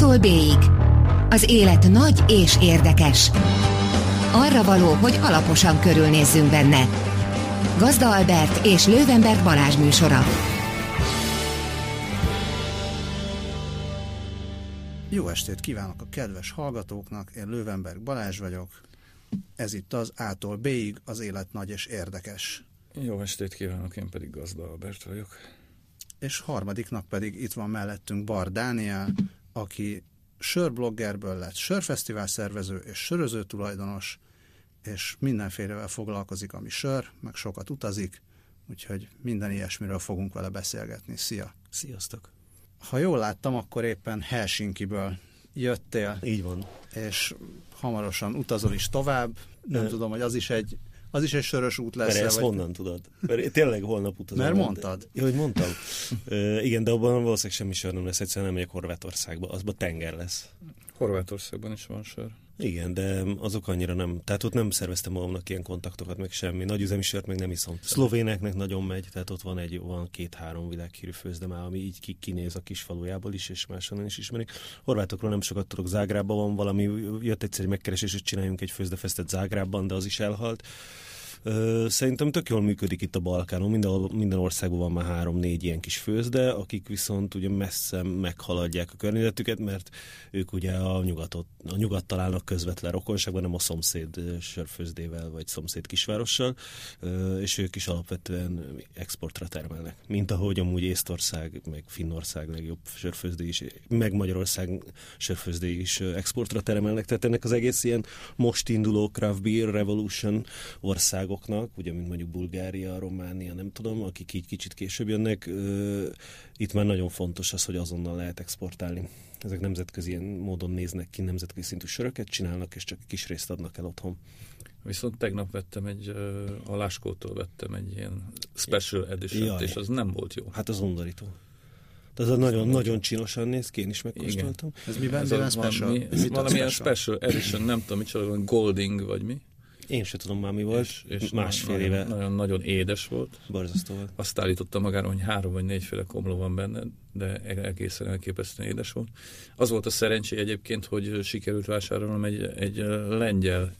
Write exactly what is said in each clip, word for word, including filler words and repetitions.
A-tól B-ig. Az élet nagy és érdekes. Arra való, hogy alaposan körülnézzünk benne. Gazda Albert és Löwenberg Balázs műsora. Jó estét kívánok a kedves hallgatóknak, én Löwenberg Balázs vagyok. Ez itt az A-tól B-ig, az élet nagy és érdekes. Jó estét kívánok, én pedig Gazda Albert vagyok. És harmadiknak pedig itt van mellettünk Bar Dániel, aki sörbloggerből lett sörfesztivál szervező és söröző tulajdonos, és mindenfélevel foglalkozik, ami sör, meg sokat utazik, úgyhogy minden ilyesmiről fogunk vele beszélgetni. Szia! Sziasztok! Ha jól láttam, akkor éppen Helsinkiből jöttél. Így van. És hamarosan utazol is tovább. Nem ne. tudom, hogy az is egy Az is egy sörös út lesz. Mert ezt vagy... honnan tudod? Mert tényleg holnap utazom. Mert mondtad. De... Ja, hogy mondtam. uh, igen, de abban valószínűleg semmi sör nem lesz, egyszerűen nem megyek Horvátországba, azban tenger lesz. Horvátországban is van sör. Igen, de azok annyira nem, tehát ott nem szerveztem magamnak ilyen kontaktokat, meg semmi. Nagyüzemi sört meg nem iszom. Szlovéneknek nagyon megy, tehát ott van egy, van két-három világhírű főzdemá, ami így kinéz a kis falujából is, és máshonnan is ismerik. Horvátokról nem sokat tudok, Zágrában van valami, jött egyszer egy megkeresés, hogy csináljunk egy főzdefesztet Zágrában, de az is elhalt. Szerintem tök jól működik itt a Balkánon, minden, minden országban van már három-négy ilyen kis főzde, akik viszont ugye messze meghaladják a környezetüket, mert ők ugye a nyugatot, a nyugat találnak közvetlen rokonságban, nem a szomszéd sörfőzdével vagy szomszéd kisvárossal, és ők is alapvetően exportra termelnek. Mint ahogy amúgy Észtország, meg Finnország legjobb sörfőzdé is, meg Magyarország sörfőzdé is exportra termelnek, tehát ennek az egész ilyen most induló craft beer revolution ország ugye, mint mondjuk Bulgária, Románia, nem tudom, akik így kicsit később jönnek, itt már nagyon fontos az, hogy azonnal lehet exportálni. Ezek nemzetközi ilyen módon néznek ki, nemzetközi szintű söröket csinálnak, és csak egy kis részt adnak el otthon. Viszont tegnap vettem egy, a Láskótól vettem egy ilyen special edition-t, és az nem volt jó. Hát az undorító. Tehát az nagyon, nagyon csinosan néz ki, én is megkóstoltam. Ez miben, miben special? Mi, ez valamilyen special edition, nem tudom, micsoda, Golding vagy mi. Én sem tudom már mi volt, és, és másfél nagyon, éve. Nagyon-nagyon édes volt. Borzasztó volt. Azt állította magára, hogy három vagy négyféle komló van benne, de egészen elképesztően édes volt. Az volt a szerencsé egyébként, hogy sikerült vásárolnom egy, egy lengyel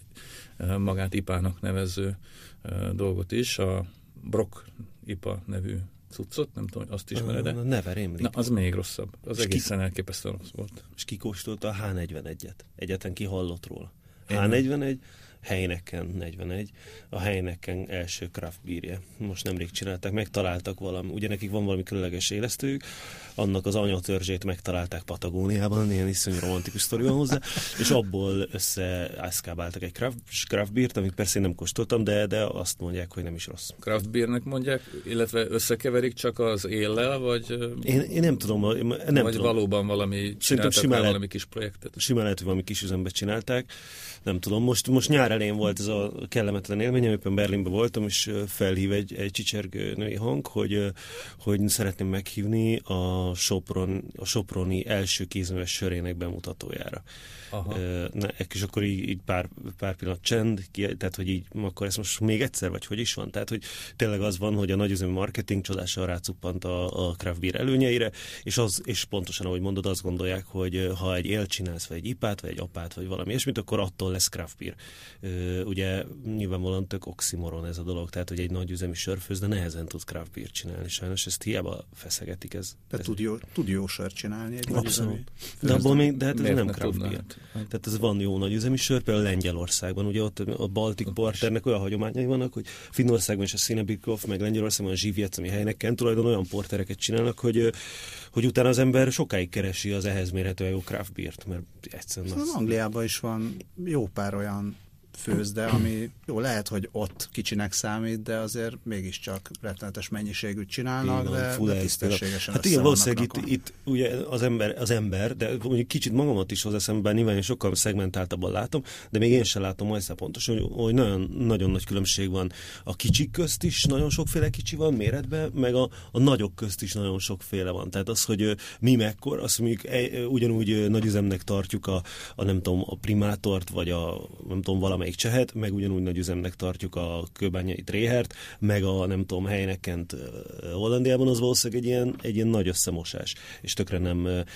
magát ipának nevező dolgot is, a Brock ipa nevű cuccot, nem tudom, hogy azt ismered-e? A neve rémlik. Na, az még rosszabb. Az és egészen ki... elképesztően rossz volt. És kikóstolta a há negyvenegyet. Egyetlen ki hallott róla. há negyvenegy, Heineken negyvenegy, a Heineken első craft beerje. Most nemrég csinálták, megtaláltak valami, ugye nekik van valami különleges élesztőjük, annak az anyatörzsét megtalálták Patagóniában, ilyen iszonyú romantikus sztori van hozzá, és abból összeászkábáltak egy craft, craft beert, amit persze én nem kóstoltam, de, de azt mondják, hogy nem is rossz. Craft beernek mondják, illetve összekeverik csak az éllel, vagy, én, én nem tudom, nem vagy tudom. valóban valami csináltak lehet, valami kis projektet? Simán lehet, hogy valami kis üzembe csinálták. Nem tudom, most, most nyár elején volt ez a kellemetlen élményem, éppen Berlinben voltam, és felhív egy, egy csicsergő női hang, hogy, hogy szeretném meghívni a, Sopron, a soproni első kézműves sörének bemutatójára. Na, és akkor így, így pár, pár pillanat csend, tehát hogy így, akkor ez most még egyszer, vagy hogy is van? Tehát, hogy tényleg az van, hogy a nagyüzemi marketing csodással rácuppant a, a craft beer előnyeire, és, az, és pontosan, ahogy mondod, azt gondolják, hogy ha egy élt csinálsz, vagy egy ipát, vagy egy apát, vagy valami ilyesmit, akkor attól lesz craft beer. Ö, ugye nyilvánvalóan tök oximoron ez a dolog, tehát, hogy egy nagyüzemi sörfőzde nehezen tud craft beer csinálni, sajnos ezt hiába feszegetik ez. De ez... tud jó, tud jó sört csinálni egy nagyüzemi. De abból még, de hát ez nem craft beer. Tehát ez van jó nagyüzemi sör, például Lengyelországban, ugye ott a Baltic Porternek olyan hagyományai vannak, hogy Finnországban is a Sinebrychoff, meg Lengyelországban a Żywiec, ami Heineken tulajdon olyan portereket csinálnak, hogy, hogy utána az ember sokáig keresi az ehhez mérhetően jó craft beert, mert egyszerűen az... Angliában is van jó pár olyan főzde, ami jó, lehet, hogy ott kicsinek számít, de azért mégiscsak rettenetes mennyiségűt csinálnak, igen, de, de tisztességesen. Hát igen, valószínűleg itt, itt ugye az ember, az ember, de mondjuk kicsit magamat is hozzá bár nyilván én sokkal szegmentáltabban látom, de még én sem látom majd pontosan, hogy, hogy nagyon, nagyon nagy különbség van a kicsik közt is, nagyon sokféle kicsi van méretben, meg a, a nagyok közt is nagyon sokféle van. Tehát az, hogy mi mekkor, azt mondjuk ugyanúgy nagyüzemnek tartjuk a, a nem tudom, a primátort, vagy a nem tudom, valamelyik csehet, meg ugyanúgy nagy üzemnek tartjuk a kőbányai Tréhert, meg a nem tudom, Heinekent Hollandiában, az valószínűleg egy ilyen, egy ilyen nagy összemosás, és tökre nem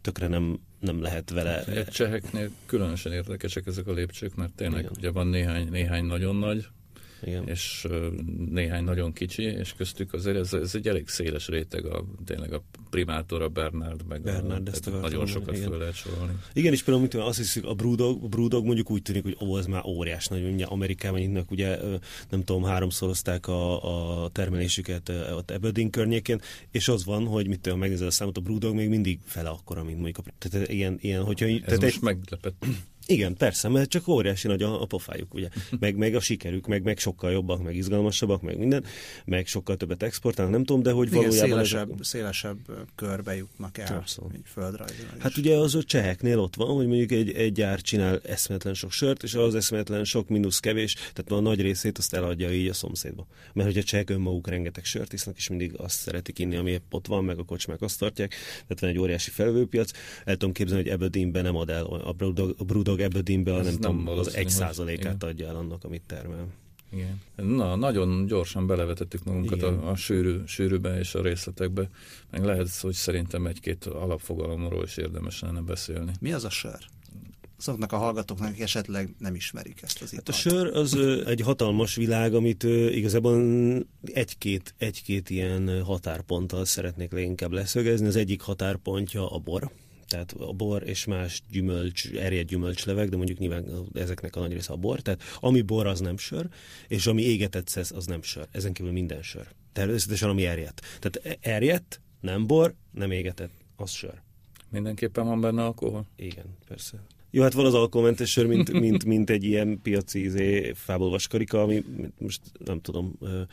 tökre nem, nem lehet vele. A cseheknél különösen érdekesek ezek a lépcsők, mert tényleg igen. ugye van néhány, néhány nagyon nagy, igen. és uh, néhány nagyon kicsi, és köztük azért ez, ez egy elég széles réteg, a, tényleg a primátor, a Bernard, meg Bernard, a, nagyon mondani, sokat igen. föl lehet sorolni. Igen, és például mit tudom, azt hiszük, a Brewdog, a Brewdog mondjuk úgy tűnik, hogy ó, ez már óriás nagy, ugye Amerikában innak ugye nem tudom, háromszorozták a, a termelésüket ott Aberdeen környékén, és az van, hogy mit tudom, megnézed a számot, a Brewdog még mindig fele akkora, mint mondjuk a... Tehát ilyen, ilyen hogyha... Ez tehát most egy, meglepett. Igen, persze, mert csak óriási nagy a, a pofájuk, ugye. Meg, meg a sikerük, meg, meg sokkal jobbak, meg izgalmasabbak, meg minden, meg sokkal többet exportálnak, nem tudom, de hogy igen, valójában... Szélesebb, ezek... szélesebb körbe jutnak el, így földrajzilag. Hát ugye az a cseheknél ott van, hogy mondjuk egy, egy gyár csinál eszméletlen sok sört, és az eszméletlen sok mínusz kevés, tehát a nagy részét azt eladja így a szomszédba. Mert hogy a csehek önmaguk rengeteg sört isznak, és mindig azt szeretik inni, ami épp ott van, meg a kocsmák azt tartják. Tehát van egy óriási felvőpiac. El tudom képzelni, hogy Aberdeenben nem ad el a Brewdog, a Brewdog Aberdeenbe, nem, nem tudom, az egy százalékát adja el annak, amit termel. Igen. Na, nagyon gyorsan belevetettük magunkat a, a sűrű, sűrűbe és a részletekbe. Meg lehet, hogy szerintem egy-két alapfogalomról is érdemes lenne beszélni. Mi az a sör? Azoknak a hallgatóknak, akik esetleg nem ismerik ezt az italt. Hát a sör az egy hatalmas világ, amit igazából egy-két, egy-két ilyen határponttal szeretnék leginkább leszögezni. Az egyik határpontja a bor. Tehát a bor és más gyümölcs, erjedt gyümölcslevek, de mondjuk nyilván ezeknek a nagy része a bor. Tehát ami bor, az nem sör, és ami égetett szesz, az nem sör. Ezen kívül minden sör. Természetesen ami erjedt. Tehát erjedt, nem bor, nem égetett, az sör. Mindenképpen van benne alkohol? Igen, persze. Jó, hát van az alkoholmentes sör, mint, mint, mint egy ilyen piaci izé, fából vaskarika, ami most nem tudom...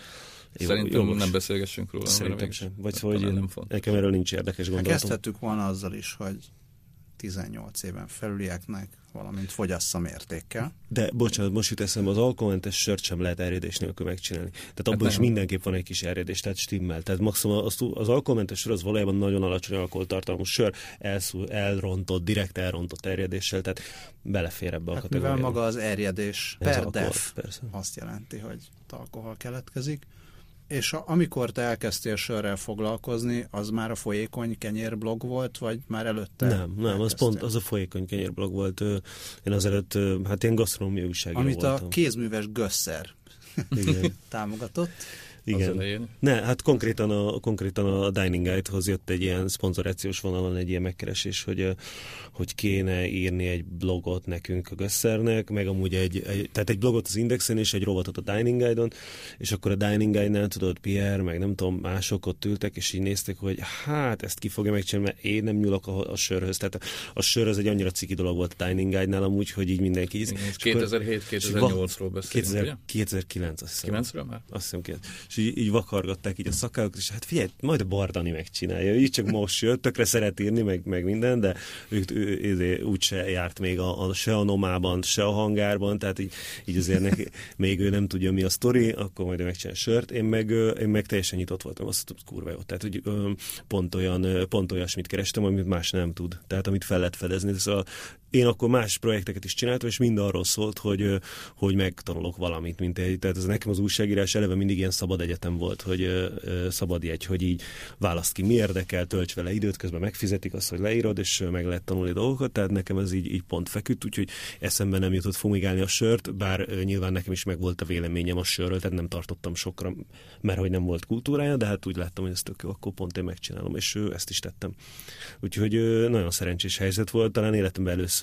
Jó, Szerintem jó, nem beszélgessünk róla. Szerintem sem. Vagy hogy nekem erről nincs érdekes gondolatom. Kezdhettük volna azzal is, hogy tizennyolc éven felülieknek, valamint fogyassza mértékkel. De bocsánat, most jut eszembe, az alkoholmentes sört sem lehet erjedés nélkül megcsinálni. Tehát abban hát is mindenképp van egy kis erjedés, tehát stimmel. Tehát maximum az, az alkoholmentes sör az valójában nagyon alacsony alkoholtartalmú sör, elszúr, elrontott, direkt elrontott erjedéssel, tehát belefér ebbe a hát kategóriába. Mivel maga az erjedés ez per def azt jelenti, hogy alkohol keletkezik, és a, amikor te elkezdtél sörrel foglalkozni, az már a folyékony kenyérblog volt, vagy már előtte? Nem, nem, az pont az a folyékony kenyérblog volt. Én azelőtt, hát ilyen gasztronómiai újságíró Amit voltam. Amit a kézműves Gösszer támogatott. Igen. Ne, hát konkrétan a, konkrétan a Dining Guide-hoz jött egy ilyen szponzorációs vonalon egy ilyen megkeresés, hogy, hogy kéne írni egy blogot nekünk a Gösszernek, meg amúgy egy, egy, tehát egy blogot az Indexen és egy rovatot a Dining Guide-on, és akkor a Dining Guide-nál tudod, Pierre, meg nem tudom, mások ott ültek, és így nézték, hogy hát ezt ki fogja megcsinálni, mert én nem nyúlok a, a sörhöz. Tehát a, a sör az egy annyira ciki dolog volt a Dining Guide-nál amúgy, hogy így mindenki íz. kétezer-hét kétezer-nyolcról beszélünk, kétezer-kilenc, azt hiszem. kilencről már? Azt hiszem, kilenc. És így, így vakargatták így a szakállókat, és hát figyelj, majd a Bardani megcsinálja. Így csak most jött, tökre szeret írni, meg, meg minden, de ő, ő, ő úgyse járt még a, a, se a Nomában, se a hangárban, tehát így, így azért neki, még ő nem tudja, mi a sztori, akkor majd ő megcsinál sört. Én meg, én meg teljesen nyitott voltam, azt tudom, kurva jó. Tehát, hogy pont, olyan, pont olyasmit kerestem, amit más nem tud. Tehát, amit fel lehet fedezni. Szóval én akkor más projekteket is csináltam, és mind arról szólt, hogy, hogy megtanulok valamit, mint egy. Tehát ez nekem az újságírás eleve mindig ilyen szabad egyetem volt, hogy szabad jegy, hogy így választ ki, mi érdekel, tölts vele időt, közben megfizetik azt, hogy leírod, és meg lehet tanulni dolgokat, tehát nekem ez így, így pont feküdt, úgyhogy eszembe nem jutott fumigálni a sört, bár nyilván nekem is megvolt a véleményem a sörről, tehát nem tartottam sokra, mert hogy nem volt kultúrája, de hát úgy láttam, hogy ezt tök jó, akkor pont én megcsinálom, és ezt is tettem. Úgyhogy nagyon szerencsés helyzet volt, talán életemben először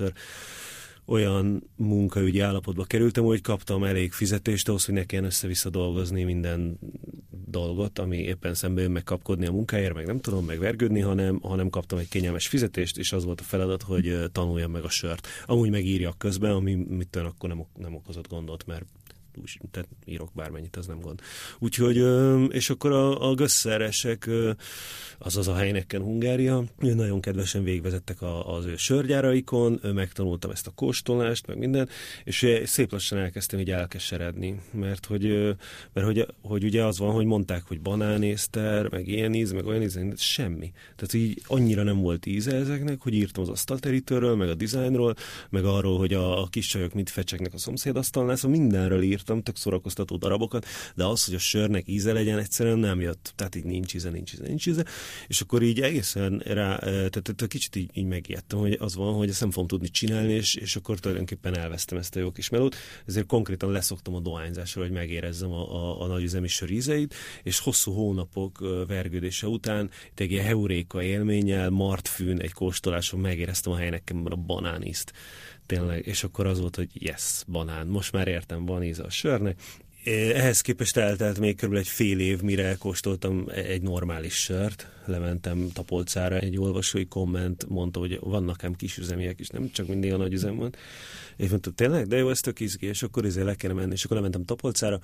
olyan munkaügyi állapotba kerültem, hogy kaptam elég fizetést ahhoz, hogy ne kelljen össze-vissza dolgozni minden dolgot, ami éppen szembe jön, meg kapkodni a munkáért, meg nem tudom, meg vergődni, hanem, hanem kaptam egy kényelmes fizetést, és az volt a feladat, hogy tanuljam meg a sört. Amúgy megírjak közben, ami mit akkor nem, nem okozott gondot, mert úgy, tehát írok bármennyit, az nem gond. Úgyhogy, és akkor a, a gösszeresek, azaz a Heineken Hungária, nagyon kedvesen végigvezettek a, az ő sörgyáraikon, megtanultam ezt a kóstolást, meg minden, és szép lassan elkezdtem így elkeseredni, mert hogy, mert hogy, hogy ugye az van, hogy mondták, hogy banánészter, meg ilyen íz, meg olyan íz, semmi. Tehát így annyira nem volt íze ezeknek, hogy írtam az asztalterítőről, meg a dizájnról, meg arról, hogy a, a kis csajok mit fecsegnek a szomszédasztalnál, szóval mindenről írtam, hoztam, tök szórakoztató darabokat, de az, hogy a sörnek íze legyen, egyszerűen nem jött. Tehát így nincs íze, nincs íze, nincs íze. És akkor így egészen rá, tehát, tehát kicsit így, így megijedtem, hogy az van, hogy ezt nem fogom tudni csinálni, és, és akkor tulajdonképpen elvesztem ezt a jó kis melót. Ezért konkrétan leszoktam a dohányzásról, hogy megérezzem a, a, a nagyüzemi sör ízeit, és hosszú hónapok vergődése után egy ilyen heuréka élménnyel, martfűn egy kóstoláson megéreztem a helynek a banánízt. Tényleg, és akkor az volt, hogy yes, banán. Most már értem, van íze a sörnek. Ehhez képest eltelt még körülbelül egy fél év, mire kóstoltam egy normális sört. Lementem Tapolcára, egy olvasói komment mondta, hogy vannak ám kisüzemiek is, nem csak mindig a nagyüzem van. És mondta, tényleg? De jó, ez tök izgi, és akkor ezért le kellene menni. És akkor lementem Tapolcára,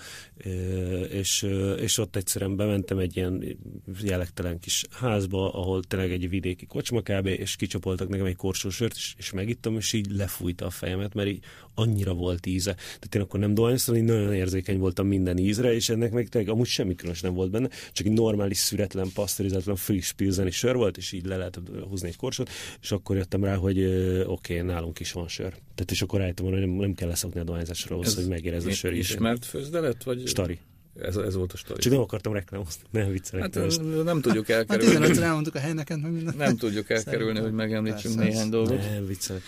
és, és ott egyszerűen bementem egy ilyen jellegtelen kis házba, ahol tényleg egy vidéki kocsma kb, és kicsapoltak nekem egy korsó sört, és, és megittam, és így lefújta a fejemet, mert így annyira volt íze. Tehát én akkor nem dohányoztam, így nagyon érzékeny voltam minden ízre, és ennek meg tényleg amúgy semmi különös nem volt benne, csak egy normális, szüretlen, pasztorizátlan, friss pilzeni sör volt, és így le lehetett húzni egy korsót, és akkor jöttem rá, hogy oké, okay, nálunk is van sör. Tehát és akkor rájöttem, hogy nem, nem kell leszokni a dohányzásra ahhoz, hogy megérezze a sör is. Ismert főzdelet, vagy? Stari. Ez, ez volt a Stari. Csak nem akartam reklámozni, nem viccelek. Hát nem tudjuk elkerülni. Hát tizenötre elmondtuk a helyneket, meg minden. Nem tudjuk elkerülni, hogy megemlítsünk persze, néhány dolgot. Nem viccelek.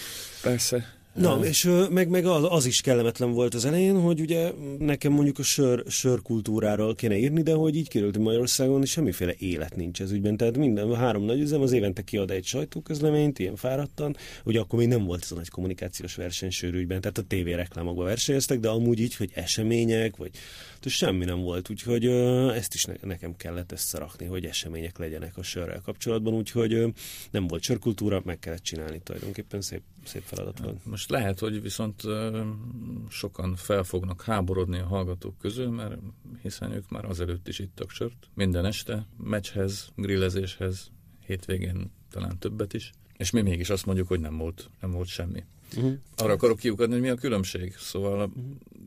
Persze. Na, és meg, meg az, az is kellemetlen volt az elején, hogy ugye nekem mondjuk a sör, sörkultúráról kéne írni, de hogy így került Magyarországon, semmiféle élet nincs ez ügyben. Tehát minden a három nagyüzem az évente kiad egy sajtóközleményt, ilyen fáradtan, ugye akkor még nem volt ez a nagy kommunikációs verseny sörügyben, tehát a tévéreklámokban versenyeztek, de amúgy így, hogy események, vagy semmi nem volt, úgyhogy ö, ezt is ne, nekem kellett összerakni, hogy események legyenek a sörrel kapcsolatban, úgyhogy ö, nem volt sörkultúra, meg kellett csinálni tulajdonképpen, szép, szép feladat van. Most lehet, hogy viszont ö, sokan fel fognak háborodni a hallgatók közül, mert hiszen ők már azelőtt is ittak sört, minden este, meccshez, grillezéshez, hétvégén talán többet is, és mi mégis azt mondjuk, hogy nem volt, nem volt semmi. Uh-huh. Arra akarok kiukadni, hogy mi a különbség, szóval uh-huh.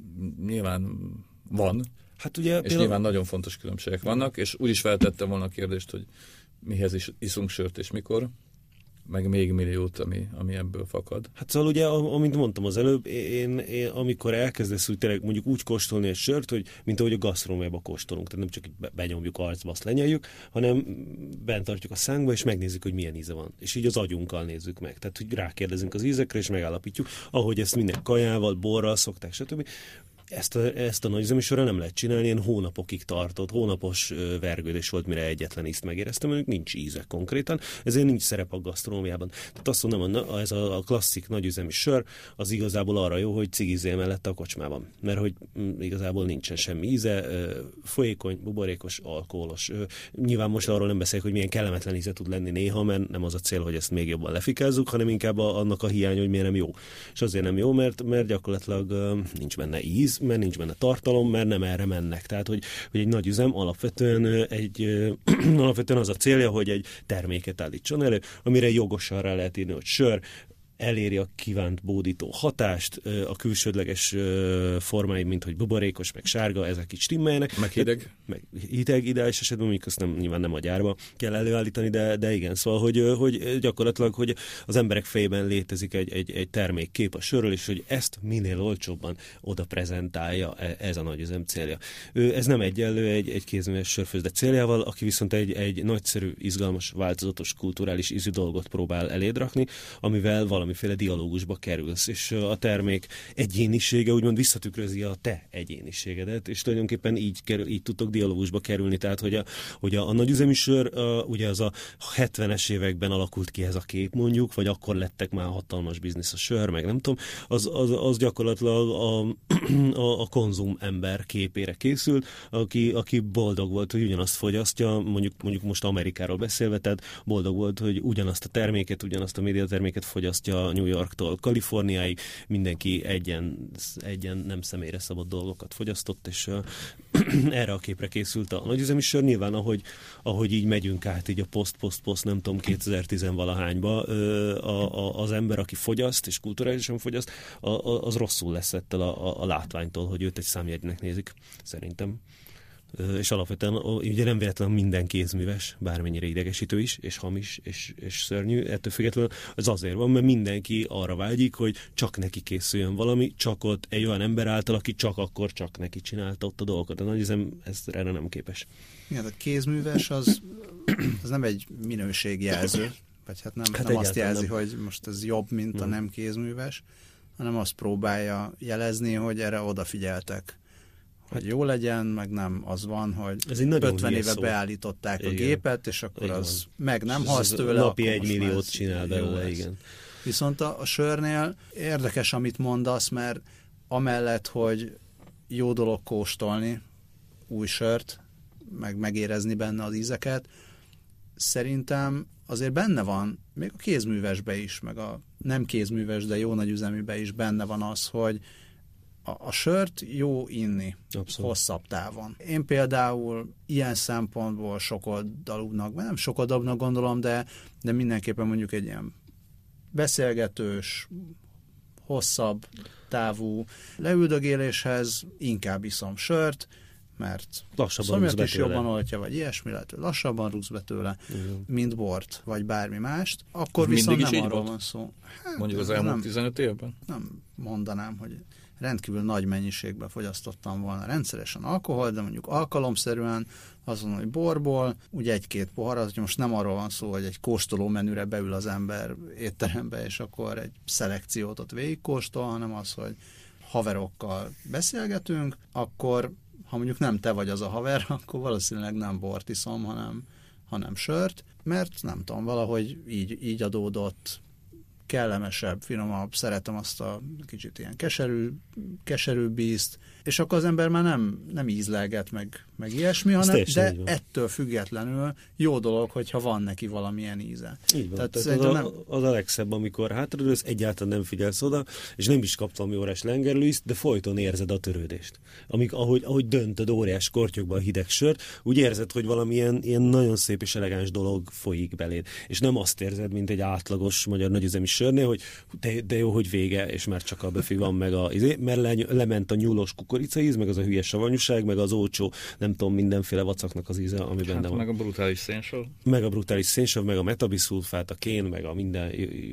nyilván van, hát ugye, és például... nyilván nagyon fontos különbségek vannak, és úgy is feltettem volna a kérdést, hogy mihez is iszunk sört és mikor, meg még milliót, ami, ami ebből fakad. Hát szóval ugye, amint mondtam az előbb, én, én amikor elkezdesz úgy tényleg mondjuk úgy kóstolni egy sört, hogy mint ahogy a gasztronómiában kóstolunk, tehát nem csak így benyomjuk arcba, azt lenyeljük, hanem bent tartjuk a szánkba, és megnézzük, hogy milyen íze van. És így az agyunkkal nézzük meg. Tehát, hogy rákérdezünk az ízekre, és megállapítjuk, ahogy ezt minden kajával, borral szokták, stb. Ezt a, ezt a nagyüzemi sörrel nem lehet csinálni, ilyen hónapokig tartott, hónapos vergődés volt, mire egyetlen ízt megéreztem, hogy nincs íze konkrétan, ezért nincs szerep a gasztronómiában. Tehát azt mondom, ez a klasszik nagyüzemi sör, az igazából arra jó, hogy cigizzél mellette a kocsmában, mert hogy igazából nincsen semmi íze, folyékony, buborékos, alkoholos. Nyilván most arról nem beszélek, hogy milyen kellemetlen íze tud lenni néha, mert nem az a cél, hogy ezt még jobban lefikázzuk, hanem inkább annak a hiány, hogy miért nem jó. És azért nem jó, mert, mert gyakorlatilag nincs benne íz, mert nincs benne tartalom, mert nem erre mennek. Tehát, hogy, hogy egy nagy üzem alapvetően, egy, alapvetően az a célja, hogy egy terméket állítson elő, amire jogosan rá lehet írni, hogy sör, eléri a kívánt bódító hatást, a külsődleges formái, mint hogy buborékos, meg sárga, ezek így stimmeljenek. Meg hideg. Meg hideg, ideális esetben, mondjuk azt nem, nyilván nem a gyárba kell előállítani, de, de igen, szóval, hogy, hogy gyakorlatilag, hogy az emberek fejében létezik egy, egy, egy termékkép a sörről, és hogy ezt minél olcsóbban oda prezentálja ez a nagyüzem célja. Ez nem egyenlő egy, egy kézműves sörfőzde céljával, aki viszont egy, egy nagyszerű, izgalmas, változatos, kulturális ízű dolgot próbál eléd rakni, amivel valami valamiféle dialógusba kerülsz, és a termék egyénisége úgymond visszatükrözi a te egyéniségedet, és tulajdonképpen így, kerül, így tudtok dialógusba kerülni, tehát hogy a, hogy a, a nagyüzemi sör, a, ugye az a hetvenes években alakult ki ez a kép mondjuk, vagy akkor lettek már hatalmas biznisz a sör, meg nem tudom, az, az, az gyakorlatilag a, a, a konzum ember képére készült, aki, aki boldog volt, hogy ugyanazt fogyasztja, mondjuk, mondjuk most Amerikáról beszélve, tehát boldog volt, hogy ugyanazt a terméket, ugyanazt a médiaterméket fogyasztja New Yorktól Kaliforniáig, mindenki egyen, egyen nem személyre szabott dolgokat fogyasztott, és uh, erre a képre készült a nagyüzemi sör. Nyilván, ahogy, ahogy így megyünk át így a poszt-poszt-poszt, nem tudom, kétezer-tíz-valahányba, uh, a, a, az ember, aki fogyaszt, és kulturálisan fogyaszt, a, a, az rosszul lesz ettől a, a, a látványtól, hogy őt egy számjegynek nézik, szerintem. És alapvetően ugye nem véletlenül minden kézműves, bármennyire idegesítő is, és hamis, és, és szörnyű, ettől függetlenül az azért van, mert mindenki arra vágyik, hogy csak neki készüljön valami, csak ott egy olyan ember által, aki csak akkor csak neki csinálta ott a dolgokat. De nagy üzem ez erre nem képes. Igen, a kézműves az, az nem egy minőségjelző, vagy hát nem, hát nem azt jelzi, nem. hogy most ez jobb, mint hmm. a nem kézműves, hanem azt próbálja jelezni, hogy erre odafigyeltek. Hogy jó legyen, meg nem az van, hogy ötven éve szó. beállították igen. a gépet, és akkor igen. az meg nem halsz tőle. Napi egy milliót csinál belőle, igen. Viszont a, a sörnél érdekes, amit mondasz, mert amellett, hogy jó dolog kóstolni új sört, meg megérezni benne az ízeket, szerintem azért benne van, még a kézművesbe is, meg a nem kézműves, de jó nagyüzeműbe is benne van az, hogy a, a sört jó inni abszolút. Hosszabb távon. Én például ilyen szempontból sokoldalúbbnak, nem sokoldalúbbnak gondolom, de, de mindenképpen mondjuk egy ilyen beszélgetős, hosszabb távú leüldögéléshez inkább iszom sört, mert szomjat is jobban oltja, vagy ilyesmi lehet, lassabban rúgsz be tőle, igen. mint bort, vagy bármi mást, akkor viszont nem arról van szó. Hát, mondjuk az elmúlt tizenöt évben? Nem mondanám, hogy rendkívül nagy mennyiségben fogyasztottam volna rendszeresen alkohol, de mondjuk alkalomszerűen azon, hogy borból, ugye egy-két pohar, az most nem arról van szó, hogy egy kóstoló menüre beül az ember étterembe, és akkor egy szelekciót ott végigkóstol, hanem az, hogy haverokkal beszélgetünk, akkor ha mondjuk nem te vagy az a haver, akkor valószínűleg nem bort iszom, hanem, hanem sört, mert nem tudom, valahogy így, így adódott, kellemesebb, finomabb, szeretem azt a kicsit ilyen keserű, keserűbb ízt, és akkor az ember már nem, nem ízlelget meg, meg ilyesmi, hanem, de ettől függetlenül jó dolog, hogyha van neki valamilyen íze. Így van. Tehát Tehát az, a, nem... az a legszebb, amikor hátradőlsz, egyáltalán nem figyelsz oda, és nem is kaptam valami órás lengerlőízt, de folyton érzed a törődést. Amíg, ahogy, ahogy döntöd óriás kortyokba a hideg sört, úgy érzed, hogy valamilyen ilyen nagyon szép és elegáns dolog folyik beléd. És nem azt érzed, mint egy átlagos magyar nagyüzemi sörnél, hogy de, de jó, hogy vége, és már csak a böfi van, meg a, mert le, lement a nyúlós kukoricaíz, meg az a hülye savanyúság, meg az olcsó, nem tudom, mindenféle vacaknak az íze, ami benne hát, van. Meg a brutális szénsav. Meg a brutális szénsav, meg a metabiszulfát, a kén, meg a minden...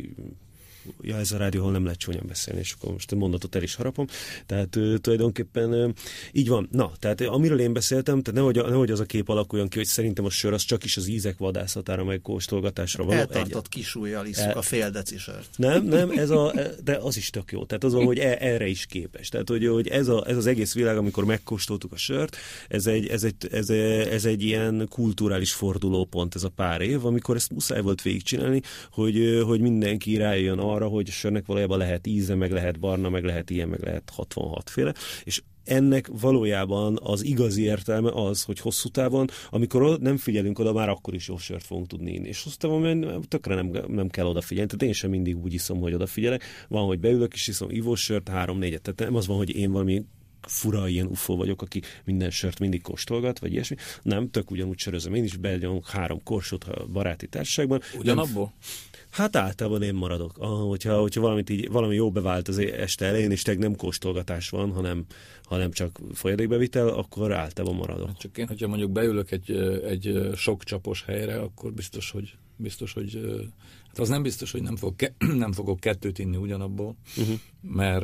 Ja, ez a rádió, ahol nem lehet csúnyán beszélni, és akkor most a mondatot el is harapom. Tehát ö, tulajdonképpen ö, így van. Na, tehát amiről én beszéltem, tehát nehogy, nehogy az a kép alakuljon ki, hogy szerintem a sör az csak is az ízek vadászatára, meg kóstolgatásra való. Eltartott kisújjal isszuk El... a fél deci sört. Nem, nem, ez a, de az is tök jó. Tehát az, hogy e, erre is képes. Tehát, hogy, hogy ez, a, ez az egész világ, amikor megkóstoltuk a sört, ez egy, ez egy, ez, ez egy ilyen kulturális fordulópont, ez a pár év, amikor ezt muszáj volt végigcsinálni, hogy, hogy mindenki rájön arra, hogy a sörnek valójában lehet íze, meg lehet barna, meg lehet ilyen, meg lehet hatvanhat féle, és ennek valójában az igazi értelme az, hogy hosszú távon, amikor nem figyelünk oda, már akkor is jó sört fogunk tudni inni. És hosszú távon tökre nem, nem kell odafigyelni. Tehát én sem mindig úgy iszom, hogy odafigyelek. Van, hogy beülök és iszom ivós sört, három-négyet. Tehát nem az van, hogy én valami fura ilyen ufó vagyok, aki minden sört mindig kóstolgat, vagy ilyesmi. Nem, tök ugyanúgy sörözöm. Én is begyomok három korsót baráti társaságban. Ugyanabból? Hát általában én maradok. Ah, hogyha, hogyha valamit így, valami jó bevált az este elején, és tényleg nem kóstolgatás van, hanem, hanem csak folyadékbevitel, akkor általában maradok. Hát csak én, hogyha mondjuk beülök egy, egy sok csapos helyre, akkor biztos, hogy biztos, hogy hát az nem biztos, hogy nem, fog, nem fogok kettőt inni ugyanabból, uh-huh. mert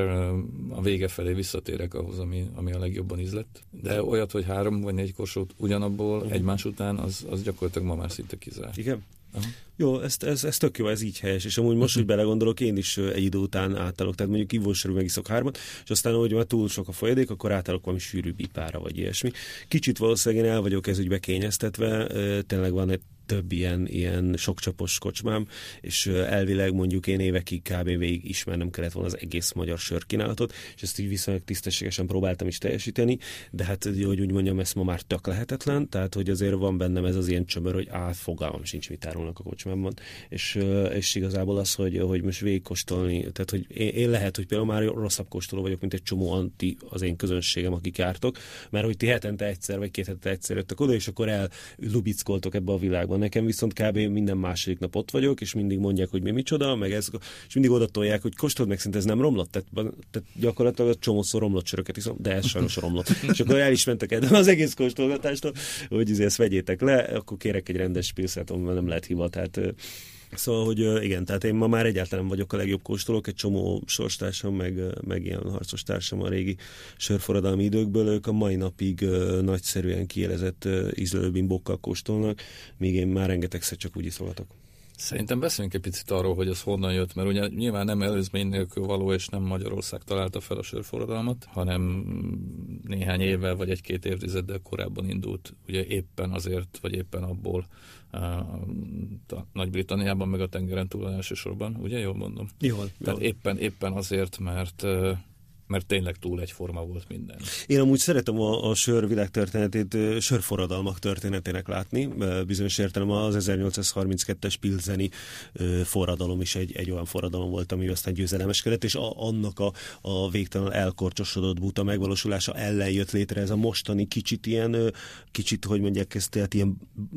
a vége felé visszatérek ahhoz, ami, ami a legjobban ízlett. De olyat, hogy három vagy négy korsót ugyanabból uh-huh. egymás után, az, az gyakorlatilag ma már szinte kizár. Igen? Aha. Jó, ez, ez, ez tök jó, ez így helyes, és amúgy most, hogy belegondolok, én is egy idő után átállok, tehát mondjuk ivósörű megiszok hármat, és aztán, hogy már túl sok a folyadék, akkor átállok valami sűrű ipára, vagy ilyesmi. Kicsit valószínűleg én el vagyok ez ügybe kényeztetve, tényleg van egy több ilyen, ilyen sokcsapos kocsmám, és elvileg mondjuk én évekig kb. Végig ismernem kellett volna az egész magyar sörkínálatot, és ezt így viszonylag tisztességesen próbáltam is teljesíteni, de hát, hogy úgy mondjam, ezt ma már tök lehetetlen, tehát, hogy azért van bennem ez az ilyen csömör, hogy á, fogalmam sincs, mit árulnak a kocsmámban, és, és igazából az, hogy, hogy most végigkóstolni, tehát, hogy én, én lehet, hogy például már rosszabb kóstoló vagyok, mint egy csomó anti az én közönségem, akik jártok, mert hogy ti hetente egyszer, vagy két hetente egyszer jöttök oda, és akkor ellubickoltok ebbe a világban. nekem viszont kb. Minden második nap ott vagyok, és mindig mondják, hogy mi micsoda, meg ez, és mindig oda tolják, hogy kóstold meg, szinte ez nem romlott, tehát, tehát gyakorlatilag csomószor romlott söröket iszom, de ez sajnos romlott. És akkor el is mentek el az egész kóstolgatástól, hogy ezt vegyétek le, akkor kérek egy rendes pilszert, amivel nem lehet hiba, tehát szóval, hogy igen, tehát én ma már egyáltalán nem vagyok a legjobb kóstolók, egy csomó sorstársam, meg, meg ilyen harcos társam a régi sörforradalmi időkből, ők a mai napig uh, nagyszerűen kiélezett uh, ízlőbimbókkal kóstolnak, míg én már rengetegszer csak úgy iszolgatok. Szerintem beszéljünk egy picit arról, hogy ez honnan jött, mert ugye nyilván nem előzmény nélkül való, és nem Magyarország találta fel a sörforradalmat, hanem néhány évvel vagy egy-két évtizeddel korábban indult, ugye éppen azért, vagy éppen abból a Nagy-Britanniában, meg a tengeren túl elsősorban, ugye jól mondom? Jól. Tehát jól. Éppen, éppen azért, mert mert tényleg túl egyforma volt minden. Én amúgy szeretem a, a sör világtörténetét sörforradalmak történetének látni. Bizonyos értelemben az ezernyolcszázharminckettes pilzeni forradalom is egy, egy olyan forradalom volt, ami aztán győzelemeskedett, és a, annak a, a végtelen elkorcsosodott buta megvalósulása ellen jött létre ez a mostani kicsit ilyen, kicsit, hogy mondják ezt, tehát ilyen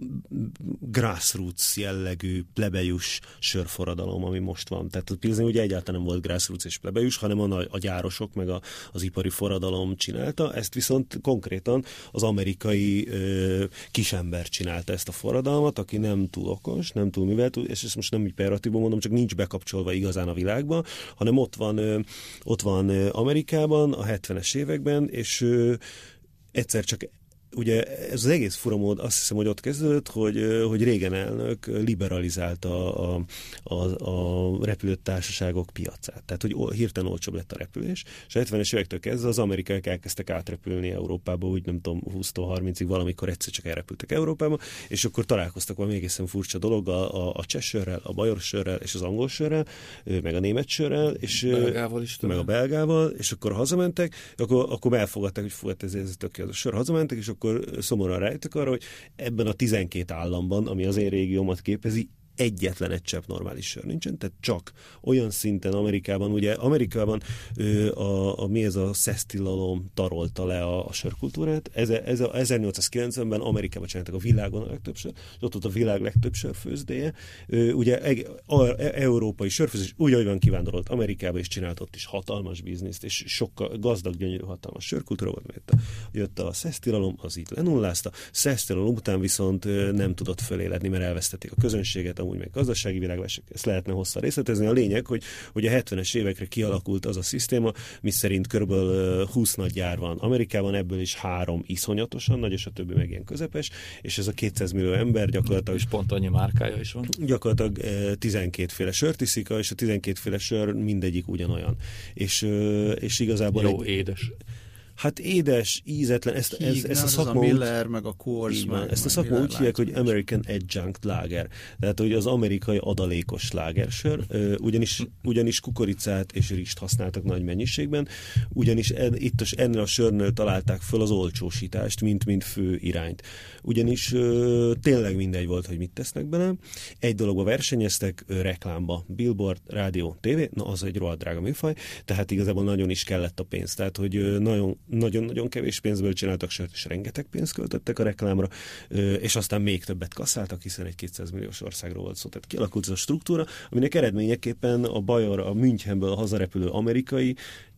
grassroots jellegű plebejus sörforradalom, ami most van. Tehát a pilzen ugye egyáltalán nem volt grassroots és plebejus, hanem a, a gyárosok, meg a, az ipari forradalom csinálta, ezt viszont konkrétan az amerikai ö, kisember csinálta ezt a forradalmat, aki nem túl okos, nem túl művelt, és ezt most nem úgy pejoratívban mondom, csak nincs bekapcsolva igazán a világba, hanem ott van, ö, ott van ö, Amerikában a hetvenes években, és ö, egyszer csak ugye ez az egész furamód azt hiszem, hogy ott kezdődött, hogy, hogy Reagan elnök liberalizálta a, a, a repülőtársaságok piacát. Tehát, hogy hirtelen olcsóbb lett a repülés, és a hetvenes évektől kezdve az amerikaiak elkezdtek átrepülni Európába, úgy nem tudom, húsztól harmincig valamikor egyszer csak elrepültek Európába, és akkor találkoztak valami egészen furcsa dolog a, a, a cseh sörrel, a bajor sörrel és az angol sörrel, meg a német sörrel, és belgával is meg a belgával, és akkor hazamentek, akkor, akkor elfogadták, hogy fú, ez, ez tök jó, a sör, hazamentek, és akkor akkor szomorúan rájöttek arra, hogy ebben a tizenkét államban, ami az én régiómat képezi, egyetlen egy csepp normális sör nincsen, tehát csak olyan szinten Amerikában, ugye Amerikában ö, a, a, mi ez a szesztilalom tarolta le a, a sörkultúrát, ez, ez a ezernyolcszázkilencvenben Amerikában csináltak a világon a legtöbb sör, és ott volt a világ legtöbb sörfőzdéje, ö, ugye e, a, a, európai sörfőzdés úgy, ahogy van kivándorolt Amerikába, és csinált ott is hatalmas bizniszt, és sokkal gazdag, gyönyörű, hatalmas sörkultúra volt, mert a, jött a szesztilalom, az itt lenullázta, szesztilalom után viszont ö, nem tudott föléledni, mert elvesztették a közönséget, amúgy meg gazdasági világválság, ezt lehetne hosszan részletezni. A lényeg, hogy, hogy a hetvenes évekre kialakult az a szisztéma, miszerint körülbelül húsz nagy gyár van Amerikában, ebből is három iszonyatosan nagy, és a többi meg ilyen közepes, és ez a kétszáz millió ember gyakorlatilag... És pont annyi márkája is van. Gyakorlatilag tizenkétféle sört iszik, és a tizenkétféle sör mindegyik ugyanolyan. És, és igazából... Jó, egy, édes. Hát édes, ízetlen, ezt, Híg, ez, ezt a szakma a Miller, meg a Coors, meg, ezt a szakma úgy hívják, hogy American Adjunct Lager, tehát hogy az amerikai adalékos lágersör, ugyanis, ugyanis kukoricát és rist használtak nagy mennyiségben, ugyanis en, itt a, ennél a sörnél találták föl az olcsósítást, mint, mint fő irányt. Ugyanis ö, tényleg mindegy volt, hogy mit tesznek bele. Egy dologba versenyeztek, ö, reklámba, billboard, rádió, tévé, na az egy rohadt drága műfaj, tehát igazából nagyon is kellett a pénz, tehát hogy ö, nagyon nagyon-nagyon kevés pénzből csináltak sört, és rengeteg pénzt költöttek a reklámra, és aztán még többet kasszáltak, hiszen egy kétszáz milliós országról volt szó. Tehát kialakult ez a struktúra, aminek eredményeképpen a Bajor, a Münchenből hazarepülő amerikai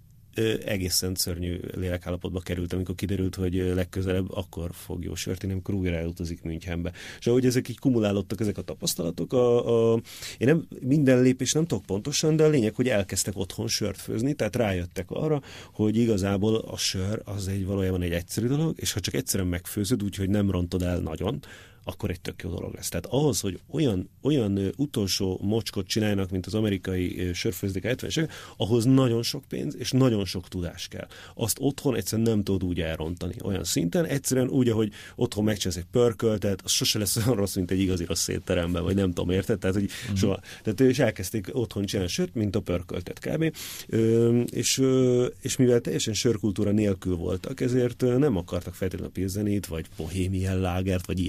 egészen szörnyű lélekállapotba került, amikor kiderült, hogy legközelebb akkor fog jó sört, nem akkor újra elutazik Münchenbe. És ahogy ezek így kumulálódtak, ezek a tapasztalatok, a, a, én nem, minden lépés nem tudok pontosan, de a lényeg, hogy elkezdtek otthon sört főzni, tehát rájöttek arra, hogy igazából a sör az egy valójában egy egyszerű dolog, és ha csak egyszerűen megfőzöd, úgyhogy nem rontod el nagyon, akkor egy tök jó dolog lesz. Tehát ahhoz, hogy olyan, olyan utolsó mocskot csinálnak, mint az amerikai sörfőzdék a hetvenes évek, ahhoz nagyon sok pénz és nagyon sok tudás kell. Azt otthon egyszerűen nem tudod úgy elrontani olyan szinten, egyszerűen úgy, ahogy otthon megcsinálsz egy pörköltet, az sose lesz olyan rossz, mint egy igazi rossz étteremben, vagy nem tudom, érted? Tehát, hogy uh-huh. soha. Tehát és elkezdték otthon csinálni sört, mint a pörköltet kb. Ö, és, ö, és mivel teljesen sörkultúra nélkül voltak, ezért nem akartak feltétlenül a pilzenét, vagy bohémien lágert, vagy ilyen izé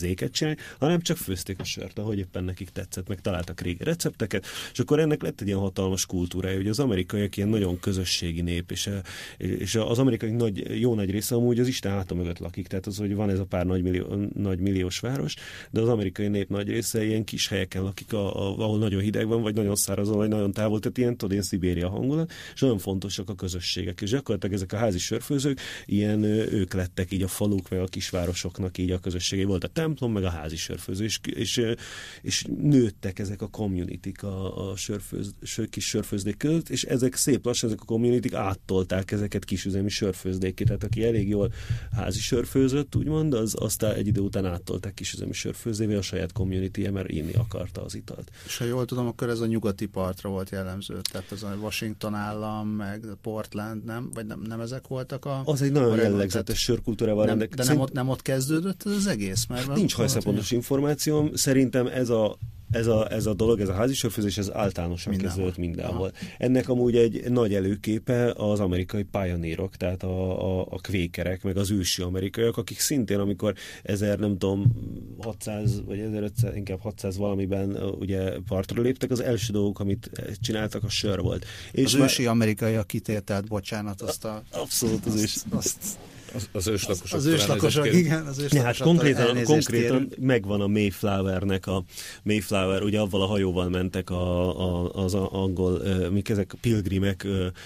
éket csinálni, hanem csak főzték a sört, ahogy éppen nekik tetszett, meg találtak régi recepteket, és akkor ennek lett egy ilyen hatalmas kultúrája, hogy az amerikaiak ilyen nagyon közösségi nép, és, és az amerikai nagy, jó nagy része amúgy az Isten háta mögött lakik, tehát az, hogy van ez a pár nagy, millió, nagy milliós város, de az amerikai nép nagy része ilyen kis helyeken lakik, a, a, ahol nagyon hideg van, vagy nagyon száraz, vagy nagyon távol, tehát ilyen, tudod, ilyen Szibéria hangulat, és nagyon fontosak a közösségek, és gyakorlatilag ezek a házi sörfőzők, ilyen ők lettek így a faluk, meg a kisvárosoknak így a közösségei. Volt a templom, meg a házi sörfőző, és, és, és nőttek ezek a communityk a, a sörfőz, kis sörfőzdék között, és ezek szép lassan, ezek a communityk áttolták ezeket kisüzemi sörfőzdékké, tehát aki elég jól házi sörfőzött, úgymond, az aztán egy idő után áttolták kisüzemi sörfőzdévé a saját community-je, mert inni akarta az italt. És ha jól tudom, akkor ez a nyugati partra volt jellemző, tehát az a Washington állam, meg Portland, nem? Vagy nem, nem ezek voltak a... Az egy nagyon jellegzetes sörkultúrával rendelkezik. De Szerint... nem, ott, nem ott kezdődött ez az egész? Mert hát nincs hajszapontos információm, szerintem ez a Ez a, ez a dolog, ez a házi sörfőzés, ez általánosan mindenhol. kezdődött mindenhol. Aha. Ennek amúgy egy nagy előképe az amerikai pioneerok, tehát a, a, a kvékerek, meg az ősi amerikaiak, akik szintén, amikor ezer, nem tudom, hatszáz vagy ezerötszáz, inkább hatszáz valamiben ugye partra léptek, az első dolgok, amit csináltak, a sör volt. És az már... ősi amerikaiak kitételt, bocsánat, azt a... Abszolút az ős... Azt... Az, az őslakosok. Az, az őslakosok, igen. Az őslakosok, ja, hát konkrétan, konkrétan megvan a Mayflowernek a Mayflower, ugye avval a hajóval mentek a, a, az angol, mik ezek a pilgrimek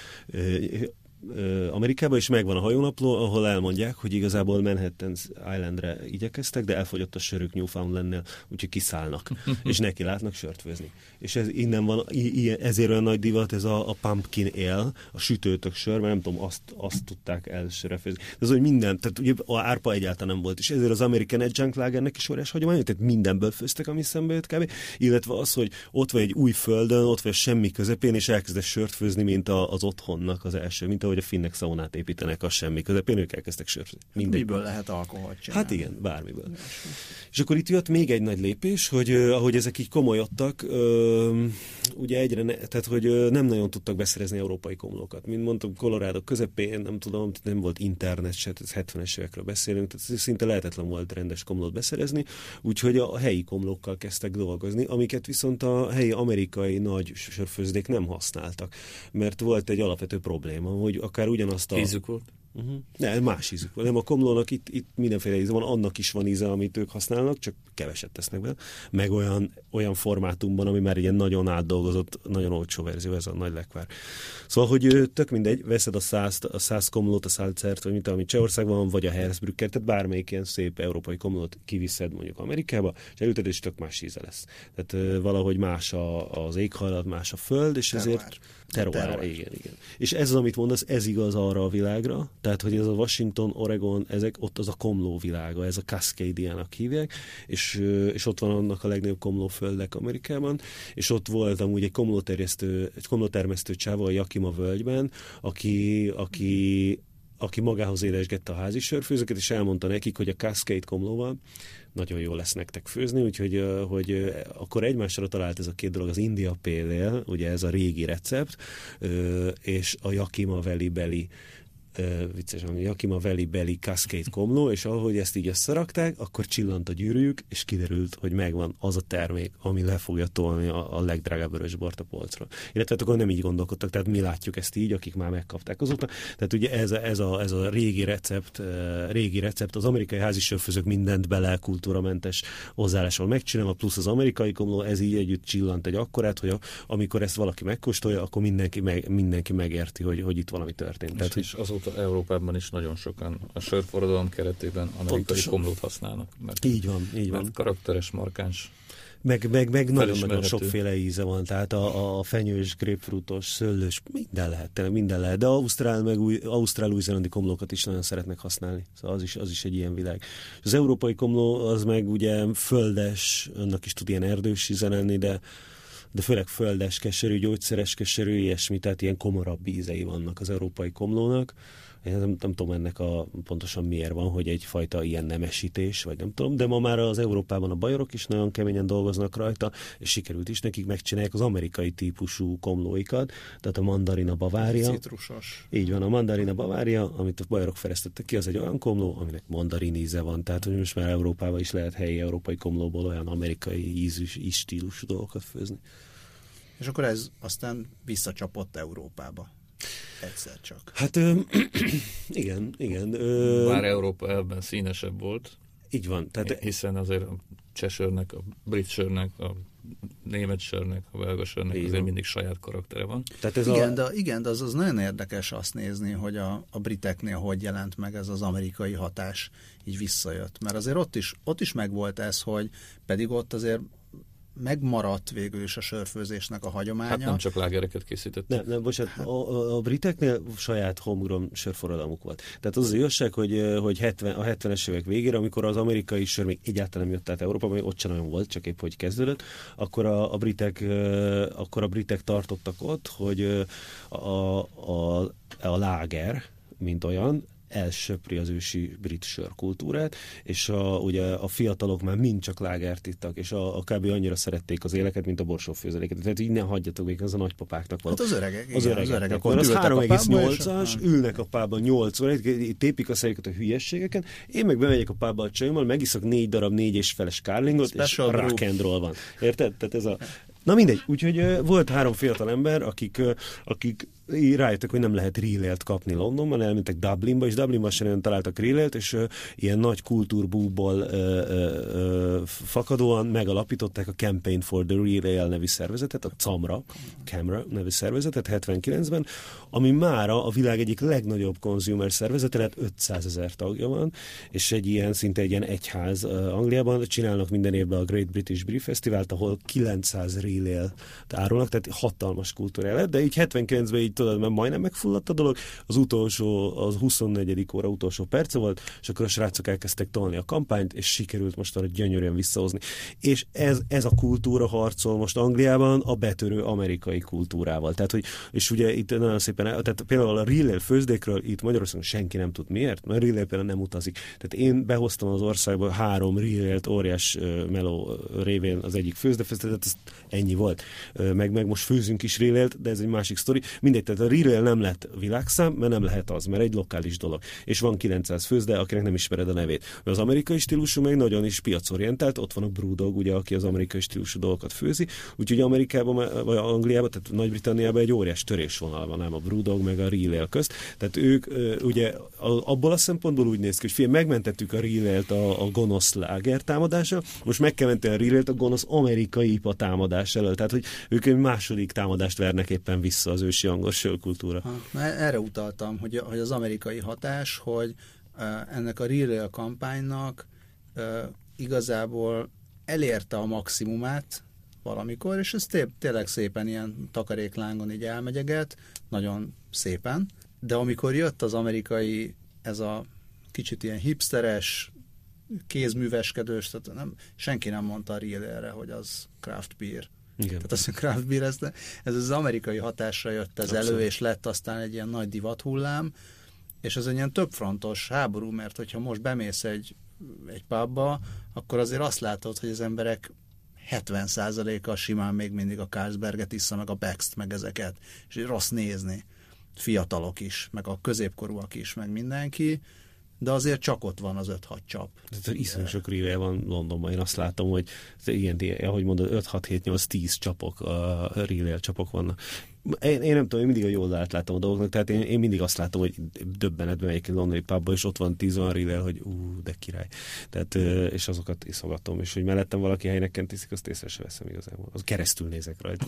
Amerikába, és megvan a hajónapló, ahol elmondják, hogy igazából Manhattan Islandre igyekeztek, de elfogyott a sörük Newfoundlandnél, úgyhogy kiszállnak, és neki látnak sört főzni. És ez innen van, i- ezért olyan nagy divat ez a, a pumpkin ale, a sütőtök sör, mert nem tudom, azt, azt tudták elsőre főzni. De az, hogy minden, tehát ugye a árpa egyáltalán nem volt, és ezért az American Adjunct Lagernek is óriás hagyomány, tehát mindenből főztek, ami szembe jött kb. Illetve az, hogy ott vagy egy új földön, ott vagy semmi közepén, és elkezdett sört főzni, mint a, az otthonnak az első, mint ahogy a finnek szaunát építenek, a semmi közepén, ők elkezdtek sört főzni. Hát miből lehet alkoholt csinálni? Hát igen, bármiből. Yes. És akkor itt jött még egy nagy lépés, hogy uh, ahogy ezek így komolyodtak, uh, ugye egyre, ne, tehát hogy uh, nem nagyon tudtak beszerezni európai komlókat. Mint mondtam, Colorado közepén, nem tudom, nem volt internet se, ez hetvenes évekről beszélünk, tehát szinte lehetetlen volt rendes komlót beszerezni, úgyhogy a helyi komlókkal kezdtek dolgozni, amiket viszont a helyi amerikai nagy sörfőzdék nem használtak, mert volt egy alapvető probléma, hogy akár ugyanazt a... Ízük volt? Uh-huh. Nem, más ízük van. Nem, a komlónak itt, itt mindenféle íze van, annak is van íze, amit ők használnak, csak keveset tesznek be, meg olyan, olyan formátumban, ami már ilyen nagyon átdolgozott, nagyon olcsó verzió, ez a nagy lekvár. Szóval, hogy tök mindegy, veszed a százt, a száz komlót, a szálcert, vagy mint ami Csehországban van, vagy a Hersbrücker, tehát bármelyik ilyen szép európai komlót kiviszed mondjuk Amerikába, és elüted, és tök más íze lesz. Tehát valahogy más a, az éghajlat, más a föld, és Terroir. ezért terroir, igen, igen. És ez az, amit mondasz, ez igaz arra a világra, tehát, hogy ez a Washington, Oregon, ezek, ott az a komló világa, ez a Cascadiának hívják, és, és ott van annak a legnagyobb komlóföldek Amerikában, és ott volt amúgy egy komlóterjesztő, egy komlótermesztő csáva a Yakima völgyben, aki, aki aki magához édesgette a házi sörfőzőket, és elmondta nekik, hogy a Cascade komlóval nagyon jó lesz nektek főzni, úgyhogy hogy akkor egymásra talált ez a két dolog, az India Pale Ale, ugye ez a régi recept, és a Yakima Valley beli Uh, vicces, a Yakima Valley beli Cascade komló, és ahogy ezt így összerakták, akkor csillant a gyűrűjük, és kiderült, hogy megvan az a termék, ami le fogja tolni a, a legdrágább vörösbort a polcra. Illetve akkor nem így gondolkodtak, tehát mi látjuk ezt így, akik már megkapták azóta. Tehát ugye ez a, ez a, ez a régi recept, uh, régi recept, az amerikai házi sörfőzők mindent bele kultúramentes hozzáállással megcsinálva, plusz az amerikai komló, ez így együtt csillant egy akkorát, hogy a, amikor ezt valaki megkóstolja, akkor mindenki, meg, mindenki megérti, hogy, hogy itt valami történt. Tehát, és azóta Európában is nagyon sokan a sörforradalom keretében amerikai Pontosan. komlót használnak. Mert, így van, így van. Mert karakteres, markáns. Meg, meg, meg nagyon-nagyon sokféle íze van, tehát a, a fenyős, grapefruitos, szőlős, minden lehet, minden lehet, de ausztrál, meg új, ausztrál-új-zélandi komlókat is nagyon szeretnek használni, szóval az is, az is egy ilyen világ. Az európai komló az meg ugye földes, annak is tud ilyen erdős íze lenni, de de főleg földes keserű, gyógyszeres keserű, ilyesmi, tehát ilyen komorabb ízei vannak az európai komlónak. Én nem, nem tudom ennek a pontosan miért van, hogy egyfajta ilyen nemesítés, vagy nem tudom, de ma már az Európában a bajorok is nagyon keményen dolgoznak rajta, és sikerült is nekik, megcsinálják az amerikai típusú komlóikat, tehát a Mandarina Bavaria. Citrusos. Így van, a Mandarina Bavaria, amit a bajorok fejlesztettek ki, az egy olyan komló, aminek mandarin íze van, tehát hogy most már Európában is lehet helyi európai komlóból olyan amerikai ízű, íz stílusú dolgokat főzni. És akkor ez aztán visszacsapott Európába. Egyszer csak. Hát ö, igen, igen. Ö, Bár Európa ebben színesebb volt. Így van. Tehát, hiszen azért a cseh sörnek, a brit sörnek, a német sörnek, a belga sörnek azért van. Mindig saját karaktere van. Tehát ez igen, a... de, igen, de az, az nagyon érdekes azt nézni, hogy a, a briteknél hogy jelent meg ez az amerikai hatás, így visszajött. Mert azért ott is, ott is megvolt ez, hogy pedig ott azért megmaradt végül is a sörfőzésnek a hagyománya. Hát nem csak lágereket készítettek. Nem, nem, bocsánat, hát... a, a briteknél saját homegrown sörforradalmuk volt. Tehát az az igazság, hogy, hogy hetven, a hetvenes évek végére, amikor az amerikai sör még egyáltalán nem jött át Európában, még ott sem nagyon volt, csak épp hogy kezdődött, akkor a, a, britek, akkor a britek tartottak ott, hogy a, a, a láger, mint olyan, elsöpri az ősi brit sörkultúrát, és a, ugye a fiatalok már mind csak lágert ittak, és a, a kb. Annyira szerették az éleket, mint a borsófőzeléket. Tehát így ne hagyjatok még, az a nagypapáknak való. Hát az öregek, igen, az öregek. Az öregek. Az három egész nyolcas, ülnek a pubban nyolc órát, tépik a fejüket a hülyességeken, én meg bemegyek a pubba a csajommal, megiszok négy darab négy és feles kárlingot, és rock and roll van. Érted? Tehát ez a... Na mindegy, úgyhogy uh, volt három fiatal ember, akik, uh, akik rájöttek, hogy nem lehet real-elt kapni Londonban, elmentek Dublinba, és Dublinban sem nagyon találtak real-elt, és uh, ilyen nagy kultúrbúból uh, uh, uh, fakadóan megalapították a Campaign for the Real Ale nevű szervezetet, a CAMRA, CAMRA nevű szervezetet hetvenkilencben, ami mára a világ egyik legnagyobb consumer szervezete, tehát ötszázezer tagja van, és egy ilyen, szinte egy ilyen egyház uh, Angliában, csinálnak minden évben a Great British Beer Festival-t, ahol kilencszáz real ale árulnak, tehát hatalmas kultúra lett, de így hetvenkilencben így tudod, mert majdnem megfulladt a dolog, az utolsó, az huszonnegyedik óra utolsó perce volt, és akkor a srácok elkezdtek tolni a kampányt, és sikerült most arra gyönyörűen visszahozni. És ez, ez a kultúra harcol most Angliában a betörő amerikai kultúrával. Tehát, hogy, és ugye itt nagyon szépen, tehát például a real ale főzdékről itt Magyarországon senki nem tud miért, mert real ale például nem utazik. Tehát én behoztam az országba három real ale-t óriás uh, meló révén az egyik főzdefesztetet, ez ennyi volt. Uh, meg, meg most főzünk is real ale-t, de ez egy másik sztori. Mindegy, tehát a real ale nem lett világszám, mert nem lehet az, mert egy lokális dolog. És van kilencszáz főzde, akinek nem ismered a nevét. Mert az amerikai stílusú meg nagyon is piacorientált, ott van a Brewdog, ugye, aki az amerikai stílusú dolgokat főzi, úgyhogy Amerikában, vagy Angliában, tehát Nagy-Britanniában egy óriás törésvonal van, nem a Brewdog meg a real ale közt. Tehát ők ugye abból a szempontból úgy néz ki, hogy fél, megmentettük a real ale-t a, a gonosz láger támadása, most meg kell menteni a real ale-t a gonosz amerikai ipa támadás elől. Tehát, hogy ők egy második támadást vernek éppen vissza az ősi angol sörkultúra. Ha, erre utaltam, hogy, hogy az amerikai hatás, hogy uh, ennek a real ale kampánynak uh, igazából elérte a maximumát valamikor, és ez té- tényleg szépen ilyen takaréklángon így elmegyeget, nagyon szépen, de amikor jött az amerikai, ez a kicsit ilyen hipsteres, kézműveskedős, tehát nem, senki nem mondta a real ale-re, hogy az craft beer. Igen. Tehát az a craft beer, ez, ez az amerikai hatásra jött ez Abszolút. elő, és lett aztán egy ilyen nagy divathullám, és ez egy ilyen többfrontos háború, mert hogyha most bemész egy, egy pubba, akkor azért azt látod, hogy az emberek hetven százaléka simán még mindig a Carlsberget issza, meg a Bext, meg ezeket, és rossz nézni. Fiatalok is, meg a középkorúak is, meg mindenki, de azért csak ott van az öt-hat csap. Tehát iszonyú sok real van Londonban. Én azt látom, hogy igen, ahogy mondod, öt hat hét nyolc tíz csapok, a real csapok vannak. Én, én nem tudom, én mindig a jól átlátom a dolgoknak, tehát én, én mindig azt látom, hogy döbbenetben megyek egy londoni pubba, és ott van tíz olyan real, hogy ú, de király. Tehát, és azokat iszogatom, és hogy mellettem valaki helynek tiszik, azt észre se veszem igazából. Az keresztül nézek rajta.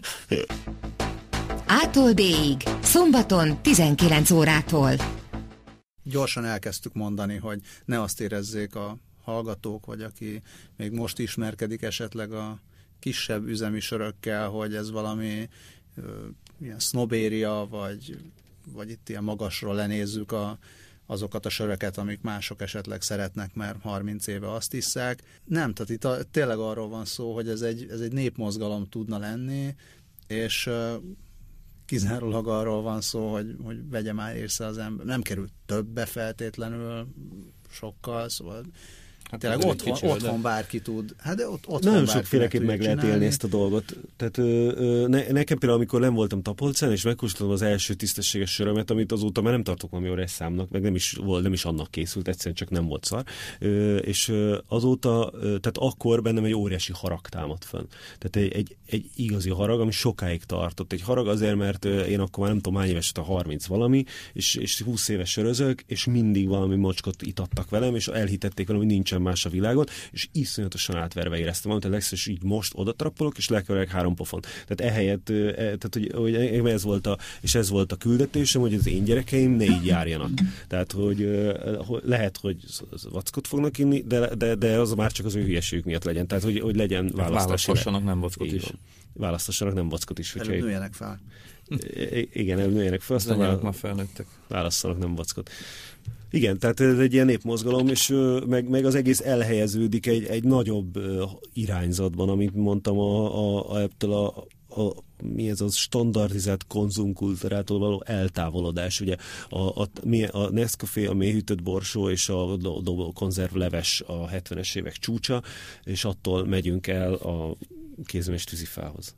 A-tól B-ig, szombaton tizenkilenc órától. Gyorsan elkezdtük mondani, hogy ne azt érezzék a hallgatók, vagy aki még most ismerkedik esetleg a kisebb üzemi sörökkel, hogy ez valami ö, ilyen sznobéria, vagy, vagy itt ilyen magasról lenézzük a, azokat a söröket, amik mások esetleg szeretnek, mert harminc éve azt isszák. Nem, tehát itt a, tényleg arról van szó, hogy ez egy, ez egy népmozgalom tudna lenni, és ö, kizárólag arról van szó, hogy, hogy vegye már észre az ember. Nem került többe feltétlenül sokkal, szóval hát tényleg otthon, kicsi, otthon bárki tud. Hát de ott, otthon nagyon sokféleképp meg lehet élni ezt a dolgot. Tehát ö, ö, ne, nekem például, amikor nem voltam Tapolcán, és megkóstoltam az első tisztességes sörömet, amit azóta már nem tartok valami óra számnak, meg nem is, volt, nem is annak készült, egyszerűen csak nem volt szar. Ö, és ö, azóta, ö, tehát akkor bennem egy óriási harag támadt fönn. Tehát egy, egy, egy igazi harag, ami sokáig tartott. Egy harag azért, mert ö, én akkor már nem tudom hány éves, a harminc valami, és, és húsz éves sörözök, és mindig valami mocskot itattak velem, és elhitették velem, hogy nincsen más a világon, és iszonyatosan átverve éreztem, amit a legször így most oda trappolok, és lekeverek három pofon. Tehát ehelyett, e, tehát, hogy, hogy ez volt a, és ez volt a küldetésem, hogy az én gyerekeim ne így járjanak. Tehát, hogy, hogy lehet, hogy vackot fognak inni, de, de, de az már csak az ő hülyeségük miatt legyen. Tehát, hogy, hogy legyen választási. Választassanak nem vackot is. Választassanak nem vackot is. Előbb nőjenek fel. I- igen, előbb nőjenek fel. Aztán vála... már felnőttek. Válasszanak nem vackot. Igen, tehát ez egy ilyen népmozgalom, és meg, meg az egész elhelyeződik egy, egy nagyobb irányzatban, amit mondtam, a, a, a, ettől a, a mi ez az standardizált konzumkultúrától való eltávolodás. Ugye a, a, a Nescafé, a mélyhűtött borsó és a dobó konzervleves a hetvenes évek csúcsa, és attól megyünk el a kézműves tűzifához.